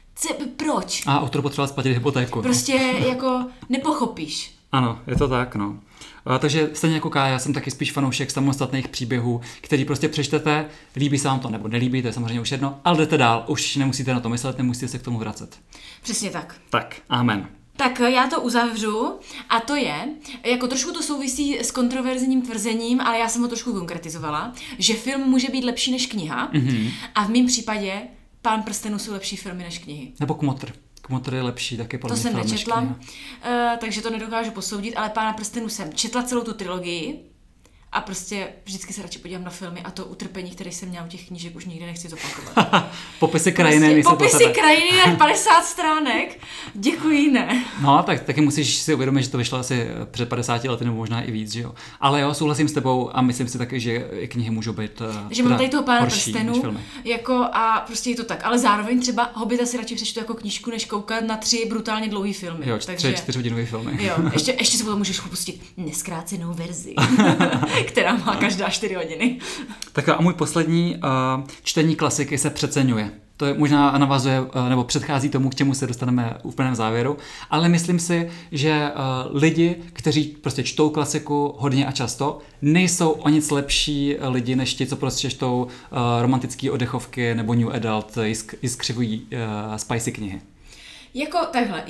proč? A autor potřeboval splatit hypotéku. Prostě jako nepochopíš. Ano, je to tak, no. Takže stejně jako Kája, jsem taky spíš fanoušek samostatných příběhů, který prostě přečtete, líbí se vám to nebo nelíbí, to je samozřejmě už jedno, ale jdete dál, už nemusíte na to myslet, nemusíte se k tomu vracet. Přesně tak. Tak, amen. Tak já to uzavřu a to je, jako trošku to souvisí s kontroverzním tvrzením, ale já jsem ho trošku konkretizovala, že film může být lepší než kniha a v mém případě Pán prstenů jsou lepší filmy než knihy. Nebo Kmotr. Kmotr je lepší taky podle mě. To jsem nečetla, takže to nedokážu posoudit, ale Pána prstenů jsem četla celou tu trilogii a prostě vždycky se radši podívám na filmy a to utrpení, které jsem měla u těch knížek, už nikdy nechci zopakovat. Popisy krajiny. Prostě, popisy krajiny na 50 stránek. Děkuji, ne. No, tak taky musíš si uvědomit, že to vyšlo asi před 50 lety nebo možná i víc, že jo. Ale jo, souhlasím s tebou a myslím si taky, že knihy můžou být že mám tady toho Pána prstenů jako a prostě je to tak. Ale zároveň třeba Hobita si radši přečtu jako knížku, než koukat na 3 brutálně dlouhý filmy. Jo, 4hodinový filmy. Jo, ještě se potom můžeš pustit neskrácenou verzi. Která má každá 4 hodiny. Tak a můj poslední čtení klasiky se přeceňuje. To je možná navazuje, nebo předchází tomu, k čemu se dostaneme v úplném závěru, ale myslím si, že lidi, kteří prostě čtou klasiku hodně a často, nejsou o nic lepší lidi, než ti, co prostě čtou romantické oddechovky nebo New Adult, jiskřivují spicy knihy. Jako takhle,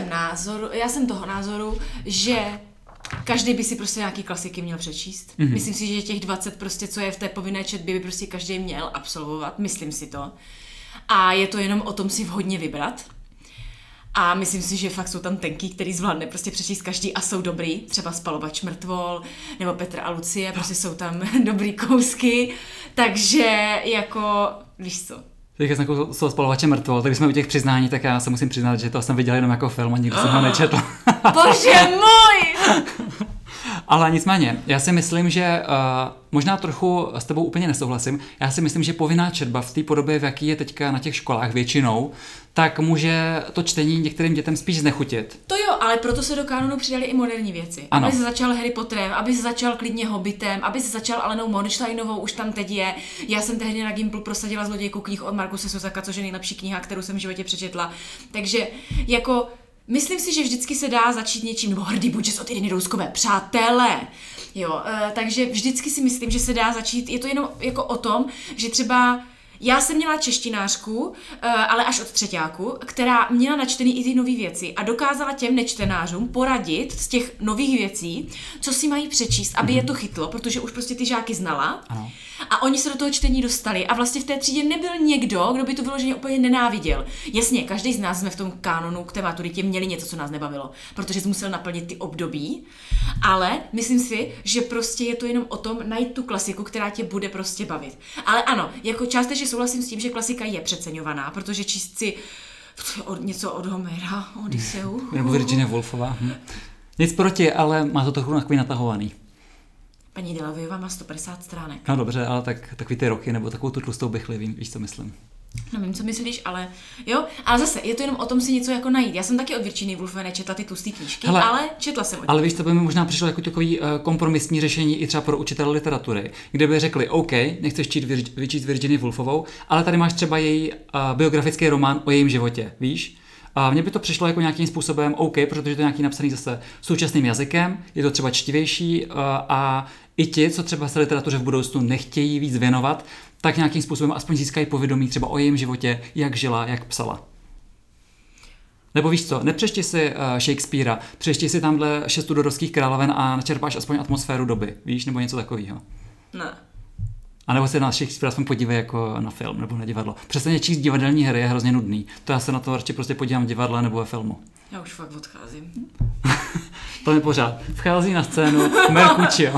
já jsem toho názoru, že každý by si prostě nějaký klasiky měl přečíst. Myslím si, že těch 20 prostě, co je v té povinné četbě, by prostě každý měl absolvovat. Myslím si to. A je to jenom o tom si vhodně vybrat. A myslím si, že fakt jsou tam tenky, který zvládne prostě přečíst každý a jsou dobrý. Třeba Spalovač mrtvol, nebo Petr a Lucie, prostě jsou tam dobrý kousky. Takže jako, víš co, Teďka jsem jako spalovače mrtvol, tak když jsme u těch přiznání, tak já se musím přiznat, že to jsem viděl jenom jako film a nikdy jsem ho nečetl. Bože můj! Ale nicméně, já si myslím, že možná trochu s tebou úplně nesouhlasím, já si myslím, že povinná četba v té podobě, v jaký je teďka na těch školách většinou, tak může to čtení některým dětem spíš znechutit. To jo, ale proto se do kanonu přidali i moderní věci. Ano. Aby se začal Harry Potterem, aby se začal klidně Hobbitem, aby se začal Alenou Mordensteinovou, už tam teď je. Já jsem tehdy na Gimplu prosadila Zlodějku knih od Markuse Sosaka, což je nejlepší kniha, kterou jsem v životě přečetla. Takže jako myslím si, že vždycky se dá začít něčím, nebo Hrdý budžes od Iriny Rouskové, přátelé. Jo, takže vždycky si myslím, že se dá začít, je to jenom jako o tom, že třeba já jsem měla češtinářku, ale až od třeťáku, která měla načtený i ty nové věci a dokázala těm nečtenářům poradit z těch nových věcí, co si mají přečíst, aby je to chytlo, protože už prostě ty žáky znala. Ano. A oni se do toho čtení dostali a vlastně v té třídě nebyl někdo, kdo by to vyloženě úplně nenáviděl. Jasně, každý z nás jsme v tom kánonu k té maturitě měli něco, co nás nebavilo, protože jsi musel naplnit ty období, ale myslím si, že prostě je to jenom o tom najít tu klasiku, která tě bude prostě bavit. Ale ano, jako částečně souhlasím s tím, že klasika je přeceňovaná, protože číst si něco od Homera, Odysseu. Nebo Virginia Woolfová. Nic proti, ale má to trochu takový natahovaný. Paní Delaviová má 150 stránek. No dobře, ale takový ty roky, nebo takovou tu tlustou bychli, víš, co myslím. No vím, co myslíš, ale jo, ale zase je to jenom o tom si něco jako najít. Já jsem taky od Virginie Woolfové nečetla ty tlusté knížky, ale četla jsem o těch. Ale víš, to by mi možná přišlo jako takový kompromisní řešení i třeba pro učitele literatury, kde by řekli, OK, nechceš vyčíst Virginie Woolfovou, ale tady máš třeba její biografický román o jejím životě, víš? A mně by to přišlo jako nějakým způsobem OK, protože to je nějaký napsaný zase současným jazykem, je to třeba čtivější a i ti, co třeba se literatuře v budoucnu nechtějí víc věnovat, tak nějakým způsobem aspoň získají povědomí třeba o jejím životě, jak žila, jak psala. Nebo víš co, nepřečti si Shakespearea, přečti si tamhle 6 Tudorovských královen a načerpáš aspoň atmosféru doby, víš, nebo něco takového. Ne. A nebo se na Shakespearea aspoň podívej jako na film nebo na divadlo. Přestaň číst divadelní hry, je hrozně nudný. To já se na to radši prostě podívám v divadle nebo ve filmu. Já už fakt odcházím. To je pořád. Vchází na scénu Mercutio.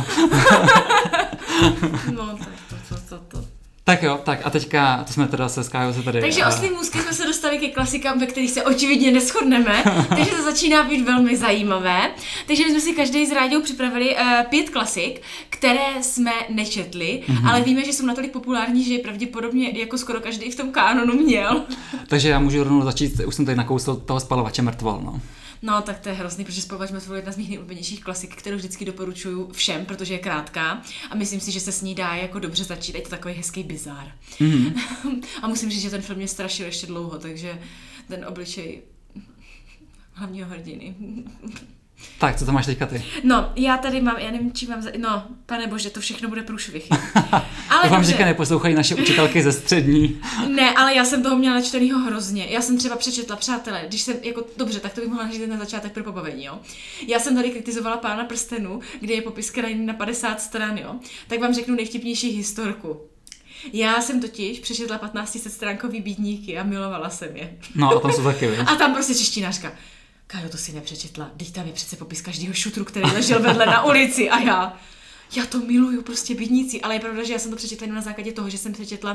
No tak to. Tak jo, tak a teďka, to jsme teda se Skájou se tady... Takže oslím můzky jsme se dostali ke klasikám, ve kterých se očividně neshodneme, takže to začíná být velmi zajímavé. Takže my jsme si každý s Ráďou připravili 5 klasik, které jsme nečetli, ale víme, že jsou natolik populární, že je pravděpodobně jako skoro každý v tom kánonu měl. Takže já můžu rovnou začít, už jsem tady nakousl toho Spalovače mrtvol, no. No, tak to je hrozný, protože Spalovač mrtvol je jedna z mých nejoblíbenějších klasik, kterou vždycky doporučuju všem, protože je krátká a myslím si, že se s ní dá jako dobře začít, je to takový hezký bizár. A musím říct, že ten film mě strašil ještě dlouho, takže ten obličej hlavního hrdiny. Tak, co to máš teďka ty? No, já tady mám, já nevím, čím mám, no, pane bože, to všechno bude průšvih. Ale vám teďka neposlouchají naše učitelky ze střední. Ne, ale já jsem toho měla načtenýho hrozně. Já jsem třeba přečetla, přátelé, když jsem, jako, dobře, tak to bych mohla říct na začátek pro pobavení, jo. Já jsem tady kritizovala Pána prstenů, kde je popis krajiny na 50 stran, jo. Tak vám řeknu nejvtipnější historku. Já jsem totiž přečetla 1500stránkový bídníky a milovala jsem je. No, a tam jsou taky, víš. A tam prostě češtinářka. Kájo, to si nepřečetla, teď tam je přece popis každého šutru, který ležel vedle na ulici a já to miluju, prostě bídníci, ale je pravda, že já jsem to přečetla jenom na základě toho, že jsem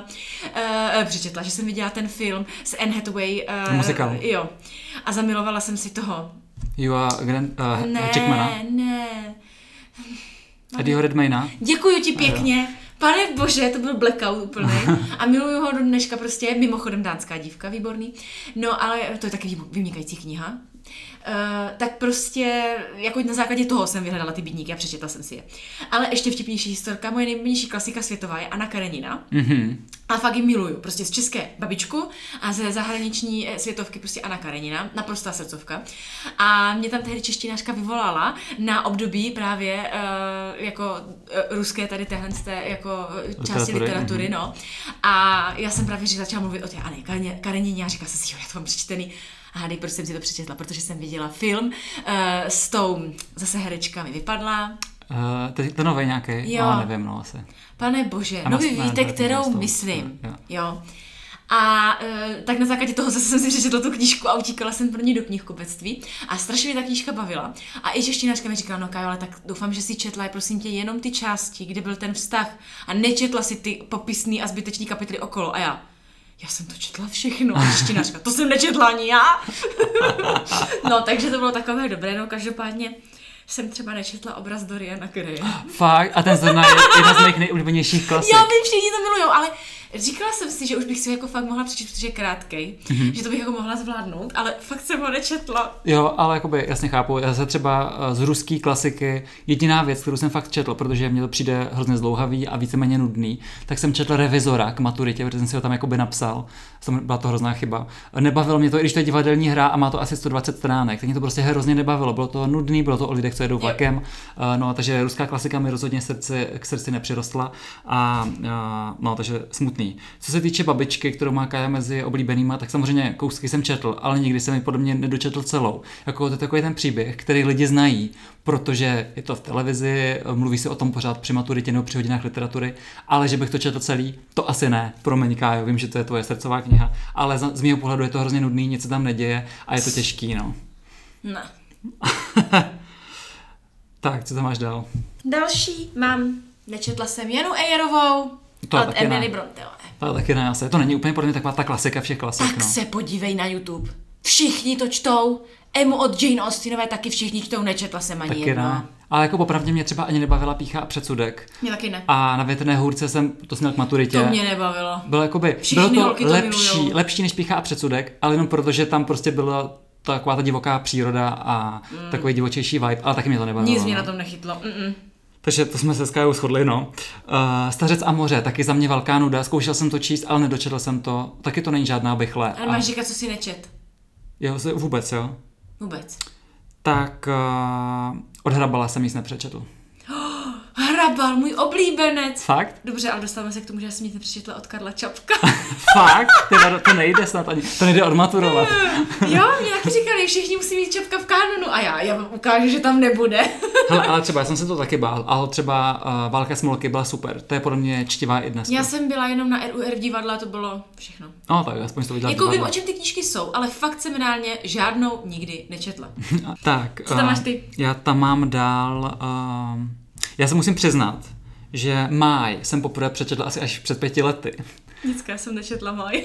že jsem viděla ten film s Anne Hathaway. Muzikál. Jo. A zamilovala jsem si toho. Jackmana. Ne. Eddieho Redmayna. Děkuju ti pěkně. Pane bože, to byl blackout úplný. A miluju ho do dneška prostě, mimochodem dánská dívka, výborný. No, ale to je taky vynikající kniha. Tak prostě jako na základě toho jsem vyhledala ty bídníky a přečetla jsem si je. Ale ještě vtipnější historka, moje nejmenší klasika světová je Anna Karenina. A fakt ji miluju. Prostě z české babičku a ze zahraniční světovky prostě Anna Karenina, naprostá srdcovka. A mě tam tehdy češtinářka vyvolala na období právě jako ruské tady téhle jako části literatury, no. A já jsem právě začala mluvit o té Anně Karenině a říkala jsem si, jo, já to mám přečtený. A hádej, proč jsem si to přečetla, protože jsem viděla film s tou, zase herečka mi vypadla. To nové nějaký? Jo. Nevím, no asi. Pane bože, no vy víte, kterou myslím. Jo. A tak na základě toho zase jsem si přečetla tu knížku a utíkala jsem pro ní do knihkupectví a strašně mě ta knížka bavila. A i češtinářka mi říkala, no Kájo, ale tak doufám, že si četla prosím tě jenom ty části, kde byl ten vztah a nečetla si ty popisný a zbytečný kapitoly okolo. A já jsem to četla všechno. A čtenářka, to jsem nečetla ani já. No, takže to bylo takové dobré, no každopádně jsem třeba nečetla Obraz Doriana Graye. Fakt? A ten zrovna je jedna z mých nejoblíbenějších klasik. Já vím, všichni to milujou, ale říkala jsem si, že už bych si jako fakt mohla přečíst, protože je krátkej, že to bych jako mohla zvládnout, ale fakt jsem ho nečetla. Jo, ale jakoby jasně chápu, já se třeba z ruský klasiky, jediná věc, kterou jsem fakt četl, protože mně to přijde hrozně zdlouhavý a víceméně nudný, tak jsem četl Revizora k maturitě, protože jsem si ho tam jakoby napsal, byla to hrozná chyba. Nebavilo mě to, i když to je divadelní hra a má to asi 120 stránek, tak mě to prostě hrozně nebavilo, bylo to nudný, bylo to o lidech, co jedou vlakem, no takže ruská klasika mi rozhodně k srdci nepřirostla a no, takže smutný. Co se týče Babičky, kterou má Kája mezi oblíbenýma, tak samozřejmě kousky jsem četl, ale nikdy jsem ji podobně nedočetl celou. Jako to je takový ten příběh, který lidi znají, protože je to v televizi, mluví se o tom pořád při maturitě nebo při hodinách literatury, ale že bych to četl celý, to asi ne. Promiň, Kájo, vím, že to je tvoje srdcová kniha, ale z mého pohledu je to hrozně nudný, nic se tam neděje a je to těžký, no. Ne. Tak, co tam máš dál? Další nečetla jsem Janu Ejerovou od Emily Bronteové. To taky ne, asi. To není úplně podle mě taková ta klasika všech klasik. Tak se podívej na YouTube. Všichni to čtou. Emu od Jane Austenové taky všichni čtou, nečetla jsem ani taky jedno. Ne. Ale jako popravdě mě třeba ani nebavila Pýcha a předsudek. Mě taky ne. A na Větrné hůrce to jsem měl k maturitě. To mě nebavilo. Bylo to lepší než Pýcha a předsudek, ale jenom protože tam prostě byla taková ta divoká příroda a takový divočejší vibe, ale taky mě to nebavilo. Nic mě na tom nechytlo. Takže to jsme se s Kajou shodli, no. Stařec a moře, taky za mě velká nuda. Zkoušel jsem to číst, ale nedočetl jsem to. Taky to není žádná bychle. Ale máš říkat, co si nečet? Jo, vůbec, jo. Vůbec. Tak od Hrabala jsem nic nepřečetl. Hrabal, můj oblíbenec. Fakt? Dobře, ale dostáváme se k tomu, že já jsem nic nepřečetla od Karla Čapka. Fakt? To nejde snad ani, to nejde odmaturovat. Jo, mě taky říkali, všichni musí mít Čapka v kánonu a já vám ukážu, že tam nebude. Hele, ale třeba já jsem se to taky bál, ale třeba Válka smolky byla super, to je podle mě čtivá i dnes. Já jsem byla jenom na RUR divadla a to bylo všechno. No tak, aspoň to viděla jako vím, o čem ty knížky jsou, ale fakt jsem reálně žádnou nikdy nečetla. Tak. Co tam máš ty? Já tam mám dál... Já se musím přiznat, že Máj jsem poprvé přečetl asi až před 5 lety. Vždycky jsem nečetla Máj.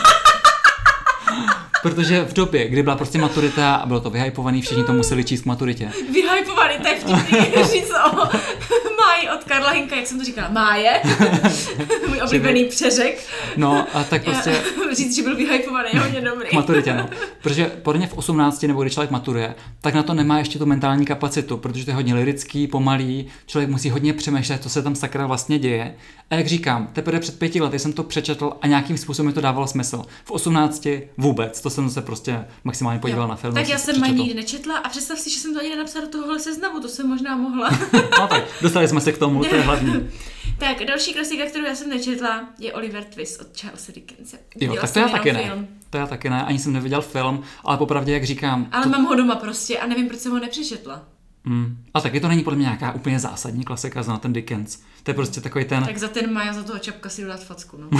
Protože v době, kdy byla prostě maturita a bylo to vyhypovaný, všichni to museli číst k maturitě. Vyhypovaný, to je vtipný říct o Máji od Karla Hynka, jak jsem to říkala, Máje, můj oblíbený přeřek. No a tak prostě... Říct, že byl vyhypovaný, je hodně dobrý. K maturitě, no. Protože podle mě v 18, nebo když člověk maturuje, tak na to nemá ještě tu mentální kapacitu, protože to je hodně lirický, pomalý, člověk musí hodně přemýšlet, co se tam sakra vlastně děje. A jak říkám, teprve před 5 lety jsem to přečetl a nějakým způsobem mi to dávalo smysl. V 18 vůbec, to jsem se prostě maximálně podíval na film. Tak já jsem Máj nikdy nečetla a představ si, že jsem to ani nenapsala do tohohle seznamu, to jsem možná mohla. No tak, dostali jsme se k tomu, to je hlavní. Tak, další klasika, kterou já jsem nečetla, je Oliver Twist od Charlesa Dickense. Jo, tak to já taky ne. To já taky ne, ani jsem neviděl film, ale popravdě, jak říkám... Ale mám ho doma prostě a nevím, proč jsem ho nepřečetla. A taky to není podle mě nějaká úplně zásadní klasika, zná ten Dickens. To je prostě takový ten... Tak za ten Máj a za toho Čapka si dát facku, no.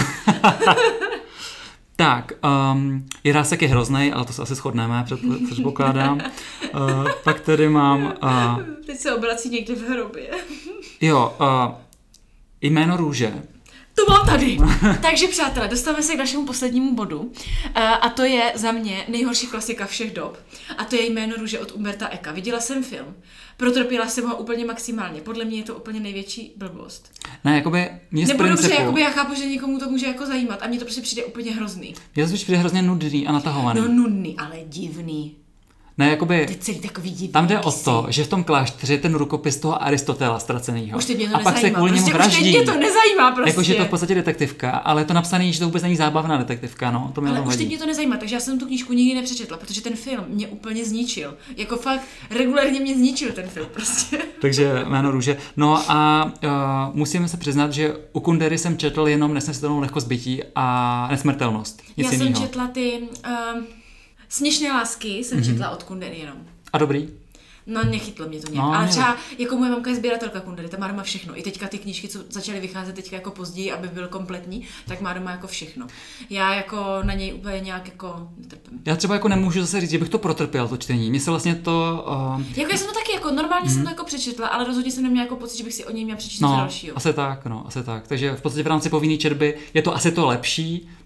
Tak, Jirásek je hroznej, ale to se asi shodneme, předpokládám. Pak tady mám... Teď se obrací někde v hrobě. Jo, Jméno růže. To mám tady. Takže přátelé, dostáváme se k našemu poslednímu bodu a to je za mě nejhorší klasika všech dob a to je Jméno růže od Umberta Eka. Viděla jsem film, protrpěla jsem ho úplně maximálně. Podle mě je to úplně největší blbost. Ne, jakoby mě z nebo principu... dobře, jakoby já chápu, že někomu to může jako zajímat a mně to prostě přijde úplně hrozný. Mně to přijde hrozně nudný a natahovaný. No nudný, ale divný. Ne, jakoby... Ty celý takový divný. Tam jde o to, že v tom klášteře je ten rukopis toho Aristotela ztracenýho. Už teď mě to a nezajímá. pak se kvůli němu vraždí. Už teď mě to nezajímá prostě. Jakože je to v podstatě detektivka, ale je to napsaný, že to vůbec není zábavná detektivka, no. To mě ale už teď mě to nezajímá, takže já jsem tu knížku nikdy nepřečetla, protože ten film mě úplně zničil. Jako fakt regulérně mě zničil ten film prostě. Takže Jméno růže. No a musíme se přiznat, že u Kundery jsem četl jenom Nesnesitelnou lehkost bytí a Nesmrtelnost. Nic já jinýho. jsem četla ty Směšné lásky, jsem četla od Kundery jenom. A dobrý? No, nechytlo mě to nějak. No, ale třeba, jako moje mamka je sběratelka Kundery, ta má doma všechno. I teďka ty knížky, co začaly vycházet teďka jako později, aby byl kompletní, tak má doma jako všechno. Já jako na něj úplně nějak jako netrpím. Já třeba jako nemůžu zase říct, že bych to protrpěl, to čtení. Mně se vlastně to... Jako já jsem to taky jako, normálně jsem to jako přečetla, ale rozhodně jsem neměla jako pocit, že bych si o něj měla přečíst něco dalšího. Asi tak. Takže v podstatě v rámci povinné četby je to asi to lepší,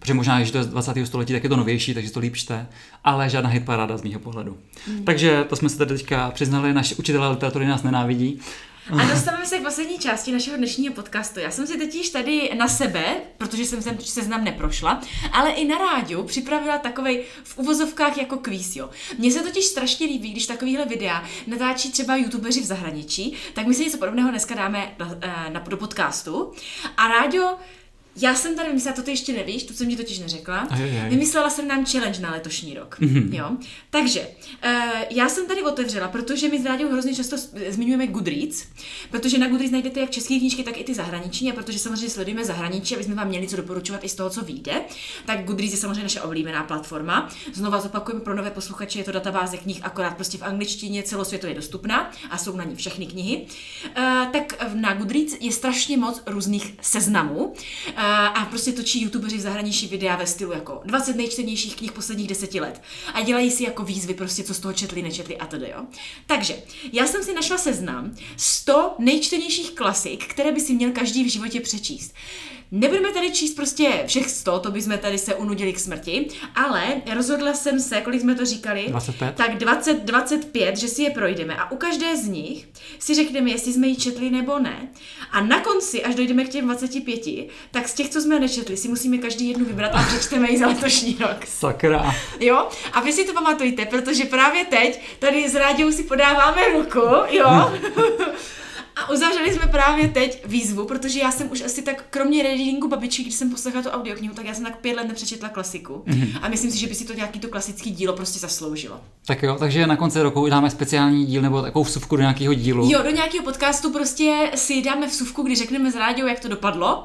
protože možná, že to je z 20. století, tak je to novější, takže to líp čte, ale žádná hitparáda z mýho pohledu. Takže to jsme se tady teďka přiznali, naši učitelé literatury nás nenávidí. A dostáváme se k poslední části našeho dnešního podcastu. Já jsem si totiž tady na sebe, protože jsem ten seznam neprošla, ale i na rádiu připravila takovej v uvozovkách jako kvíz, jo. Mně se totiž strašně líbí, když takovýhle videa natáčí třeba youtubeři v zahraničí, tak my si něco podobného dneska dáme do podcastu. A rádio, já jsem tady vymyslela, to ty ještě nevíš, to jsem ti totiž neřekla. Vymyslela jsem nám challenge na letošní rok. Jo? Takže já jsem tady otevřela, protože my z rádiou hrozně často zmiňujeme Goodreads, protože na Goodreads najdete jak české knížky, tak i ty zahraniční, a protože samozřejmě sledujeme zahraničí, aby jsme vám měli co doporučovat i z toho, co vyjde, tak Goodreads je samozřejmě naše oblíbená platforma. Znova zopakujeme pro nové posluchače, je to databáze knih, akorát prostě v angličtině celosvětově dostupná a jsou na ní všechny knihy. Tak na Goodreads je strašně moc různých seznamů. A prostě točí youtubeři v zahraničí videa ve stylu jako 20 nejčtenějších knih posledních 10 let. A dělají si jako výzvy prostě, co z toho četli, nečetli a tedy, jo. Takže, já jsem si našla seznam 100 nejčtenějších klasik, které by si měl každý v životě přečíst. Nebudeme tady číst prostě všech 100, to bychom tady se unudili k smrti, ale rozhodla jsem se, kolik jsme to říkali? 25. Tak 25, že si je projdeme a u každé z nich si řekneme, jestli jsme ji četli nebo ne. A na konci, až dojdeme k těm 25, tak z těch, co jsme nečetli, si musíme každý jednu vybrat a přečteme ji za letošní rok. Sakra. Jo? A vy si to pamatujte, protože právě teď tady s rádiou si podáváme ruku, jo? A uzavřeli jsme právě teď výzvu, protože já jsem už asi tak, kromě readingu babičky, když jsem poslechla tu audioknihu, tak já jsem tak 5 let nepřečetla klasiku. A myslím si, že by si to nějaký to klasický dílo prostě zasloužilo. Tak jo, takže na konci roku dáme speciální díl nebo takovou vsuvku do nějakého dílu. Jo, do nějakého podcastu prostě si dáme vsuvku, kdy řekneme z rádiou, jak to dopadlo.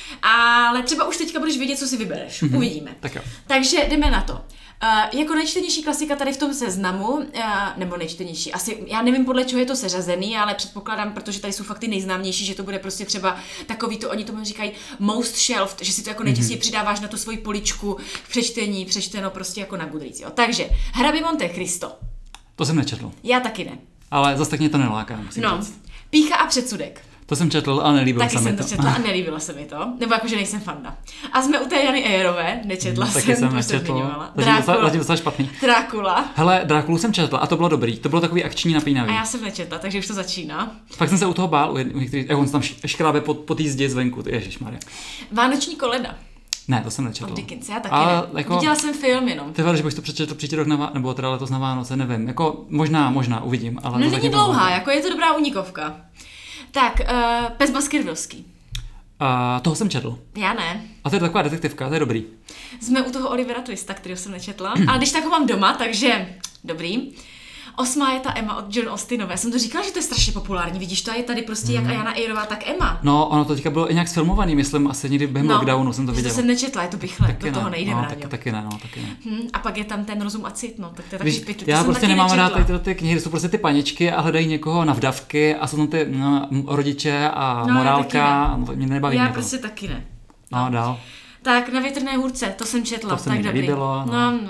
Ale třeba už teďka budeš vědět, co si vybereš. Uvidíme. Tak jo. Takže jdeme na to. Jako nejčtenější klasika tady v tom seznamu, nebo nejčtenější, asi, já nevím podle čeho je to seřazený, ale předpokládám, protože tady jsou fakt ty nejznámější, že to bude prostě třeba takový to, oni tomu říkají most shelved, že si to jako nejčastěji přidáváš na tu svoji poličku k přečtení, přečteno prostě jako na Goodreads, jo. Takže, Hrabě Monte Cristo. To jsem nečetl. Já taky ne. Ale zase tak mě to neláká, musím říct. Pícha a předsudek. To jsem četl a nelíbilo se mi to. Taky jsem to četla a nelíbilo se mi to. Nebo jakože nejsem fanda. A jsme u té Jany Ejerové, nečetla taky jsem nečetl. Zatím to špatný. Drákula. Hele, Drákulu jsem četl a to bylo dobrý. To bylo takový akční napínavý. A já jsem nečetla, takže už to začíná. Fakt jsem se u toho bál, u některých, jak on se tam škrábe po té zdi zvenku. Ježišmarja. Vánoční koleda. Ne, to jsem nečetl. Od Dickense, já taky ne. Jako, viděla jsem film jenom. Ty že bych to přečetl příští rok nebo teda letos na Vánoce, nevím. Jako možná uvidím, ale no, není dlouhá, jako je to dobrá unikovka. Tak, Pes Baskervilský. Toho jsem četl. Já ne. A to je taková detektivka, to je dobrý. Jsme u toho Olivera Twista, kterého jsem nečetla. Ale když tak ho mám doma, takže dobrý. 8. je ta Emma od Jane Austenové. Jsem to říkala, že to je strašně populární. Vidíš, to je tady prostě jak Jana Ejerová, tak Emma. No, ono to teďka bylo i nějak sfilmovaný, myslím, asi někdy během lockdownu jsem to viděl. To jsem nečetla, je to bychle, do toho nejde taky ne. A pak je tam ten Rozum a cit, no, tak to je taky špitl. Já prostě nemám rád tady ty knihy, jsou prostě ty paničky a hledají někoho na vdavky a jsou tam ty rodiče a morálka a mě nebaví. Já prostě taky ne. No, dál. Tak na Větrné hůrce, to jsem četla, to se mi nelíbilo.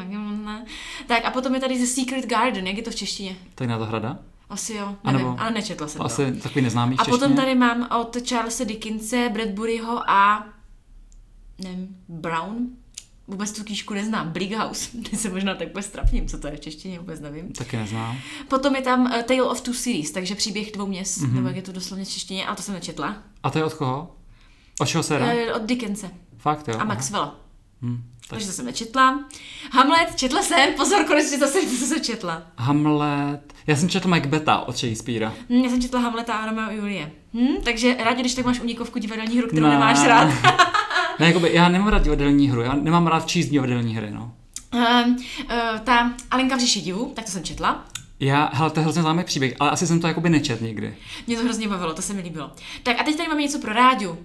No. Tak a potom je tady The Secret Garden, jak je to v češtině? Tajná zahrada? Asi jo, nevím, ale nečetla jsem to. Asi takový neznámý v češtině. A potom tady mám od Charlesa Dickense, Bradburyho a nevím, Brown. Vůbec tu knížku neznám. Bleak House. Teď se možná tak vůbec trapním, co to je v češtině, vůbec nevím. Taky neznám. Potom je tam Tale of Two Cities, takže příběh 2 měst, nebo jak je to doslovně v češtině, ale to jsem nečetla. A to je od koho? Od čeho se Od Dickense. Fakt, jo? A Maxwella. Takže to jsem nečetla. Hamlet, četla jsem, pozor, konečně to jsem četla. Hamlet, já jsem četla Macbetha od Shakespearea. Já jsem četla Hamleta a Romeo a Julie. Takže rádi, když tak máš unikovku divadelní hru, kterou nemáš rád. Ne, jakoby, já nemám rád divadelní hru, já nemám rád číst divadelní hry, no. Ta Alenka v říši divů, tak to jsem četla. Hele, to je hrozně známý příběh, ale asi jsem to jakoby nečet nikdy. Mě to hrozně bavilo, to se mi líbilo. Tak a teď tady máme něco pro rádiu.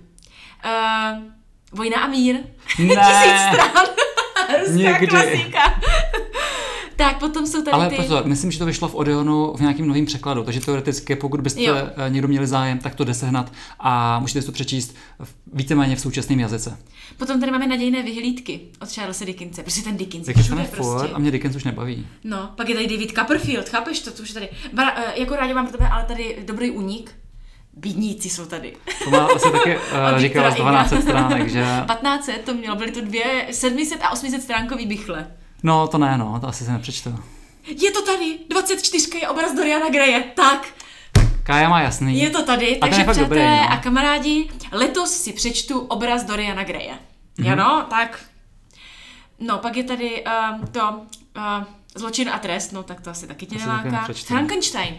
Vojna a mír. 1000 stran. Ruská klasika. Tak potom jsou tady ale pozor, myslím, že to vyšlo v Odeonu v nějakým novým překladu, takže teoreticky, pokud byste někdo měli zájem, tak to jde sehnat a můžete si to přečíst víceméně v současném jazyce. Potom tady máme Nadějné vyhlídky od Charlesa Dickense, protože ten Dickens je všude prostě. A mě Dickens už nebaví. No, pak je tady David Copperfield, chápeš to, už tady, jako rádi mám pro tebe, ale tady dobrý únik. Bídníci jsou tady. To má asi taky říkala z 12 stránek, že? 1500 to mělo, byly to 700 a 800 stránkový bichle. No to ne, no, to asi se nepřečtu. Je to tady, 24 je obraz Doriana Graye, tak. Kája má jasný. Je to tady, a takže přátelé dobrý, no. a kamarádi, letos si přečtu obraz Doriana Graye. Ano, tak. No, pak je tady Zločin a trest, no tak to asi taky tě neláká. Frankenstein.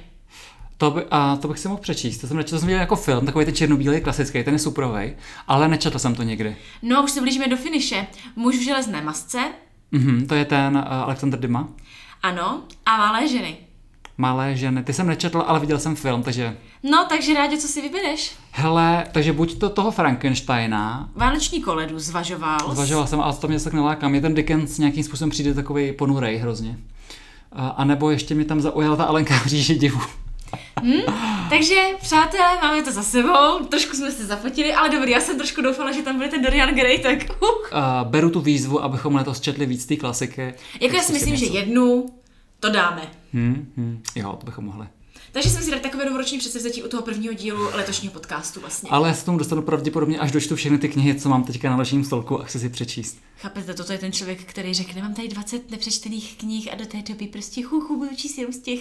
To bych si mohl přečíst. To jsem viděl jako film, takový ten černobílý, klasický, ten je superovej, ale nečetl jsem to nikdy. No, už se blížíme do finiše. Muž v železné masce. To je ten Alexander Dumas. Ano, a Malé ženy. Malé ženy, ty jsem nečetl, ale viděl jsem film, takže... No, takže Ráďo, co si vybereš? Hele, takže buď toho Frankensteina... Vánoční koledu zvažoval. Zvažoval jsem, ale to mě tak neláká. Mě ten Dickens nějakým způsobem přijde takový ponurej hrozně. A nebo ještě mi tam zaujala ta Alenka v říši divu. Takže, přátelé, máme to za sebou, trošku jsme se zafotili, ale dobrý, já jsem trošku doufala, že tam bude ten Dorian Gray, tak... Beru tu výzvu, abychom letos četli víc té klasiky. Jako já si myslím, že jednu to dáme. Jo, to bychom mohli. Takže jsem si dal takové novoroční předsevzetí u toho prvního dílu letošního podcastu vlastně. Ale já se tomu dostanu pravděpodobně, až dočtu všechny ty knihy, co mám teďka na dalším stolku a chci si přečíst. Chápete, toto je ten člověk, který řekne, mám tady 20 nepřečtených knih a do té doby prostě budu číst jenom z těch.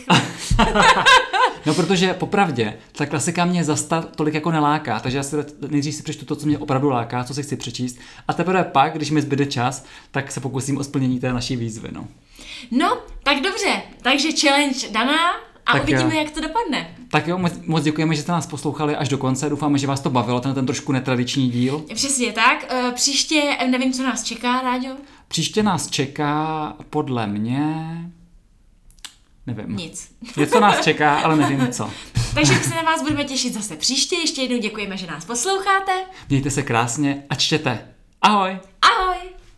No, protože popravdě, ta klasika mě tolik jako neláká, takže já si nejdřív si přečtu to, co mě opravdu láká, co si chci přečíst, a teprve pak, když mi zbyde čas, tak se pokusím o splnění té naší výzvy, no. No, tak dobře, takže challenge daná. A tak uvidíme, jak to dopadne. Tak jo, moc děkujeme, že jste nás poslouchali až do konce. Doufáme, že vás to bavilo, ten trošku netradiční díl. Přesně tak. Příště nevím, co nás čeká, Ráďo. Příště nás čeká, podle mě... Nevím. Nic. Něco nás čeká, ale nevím co. Takže se na vás budeme těšit zase příště. Ještě jednou děkujeme, že nás posloucháte. Mějte se krásně a čtěte. Ahoj!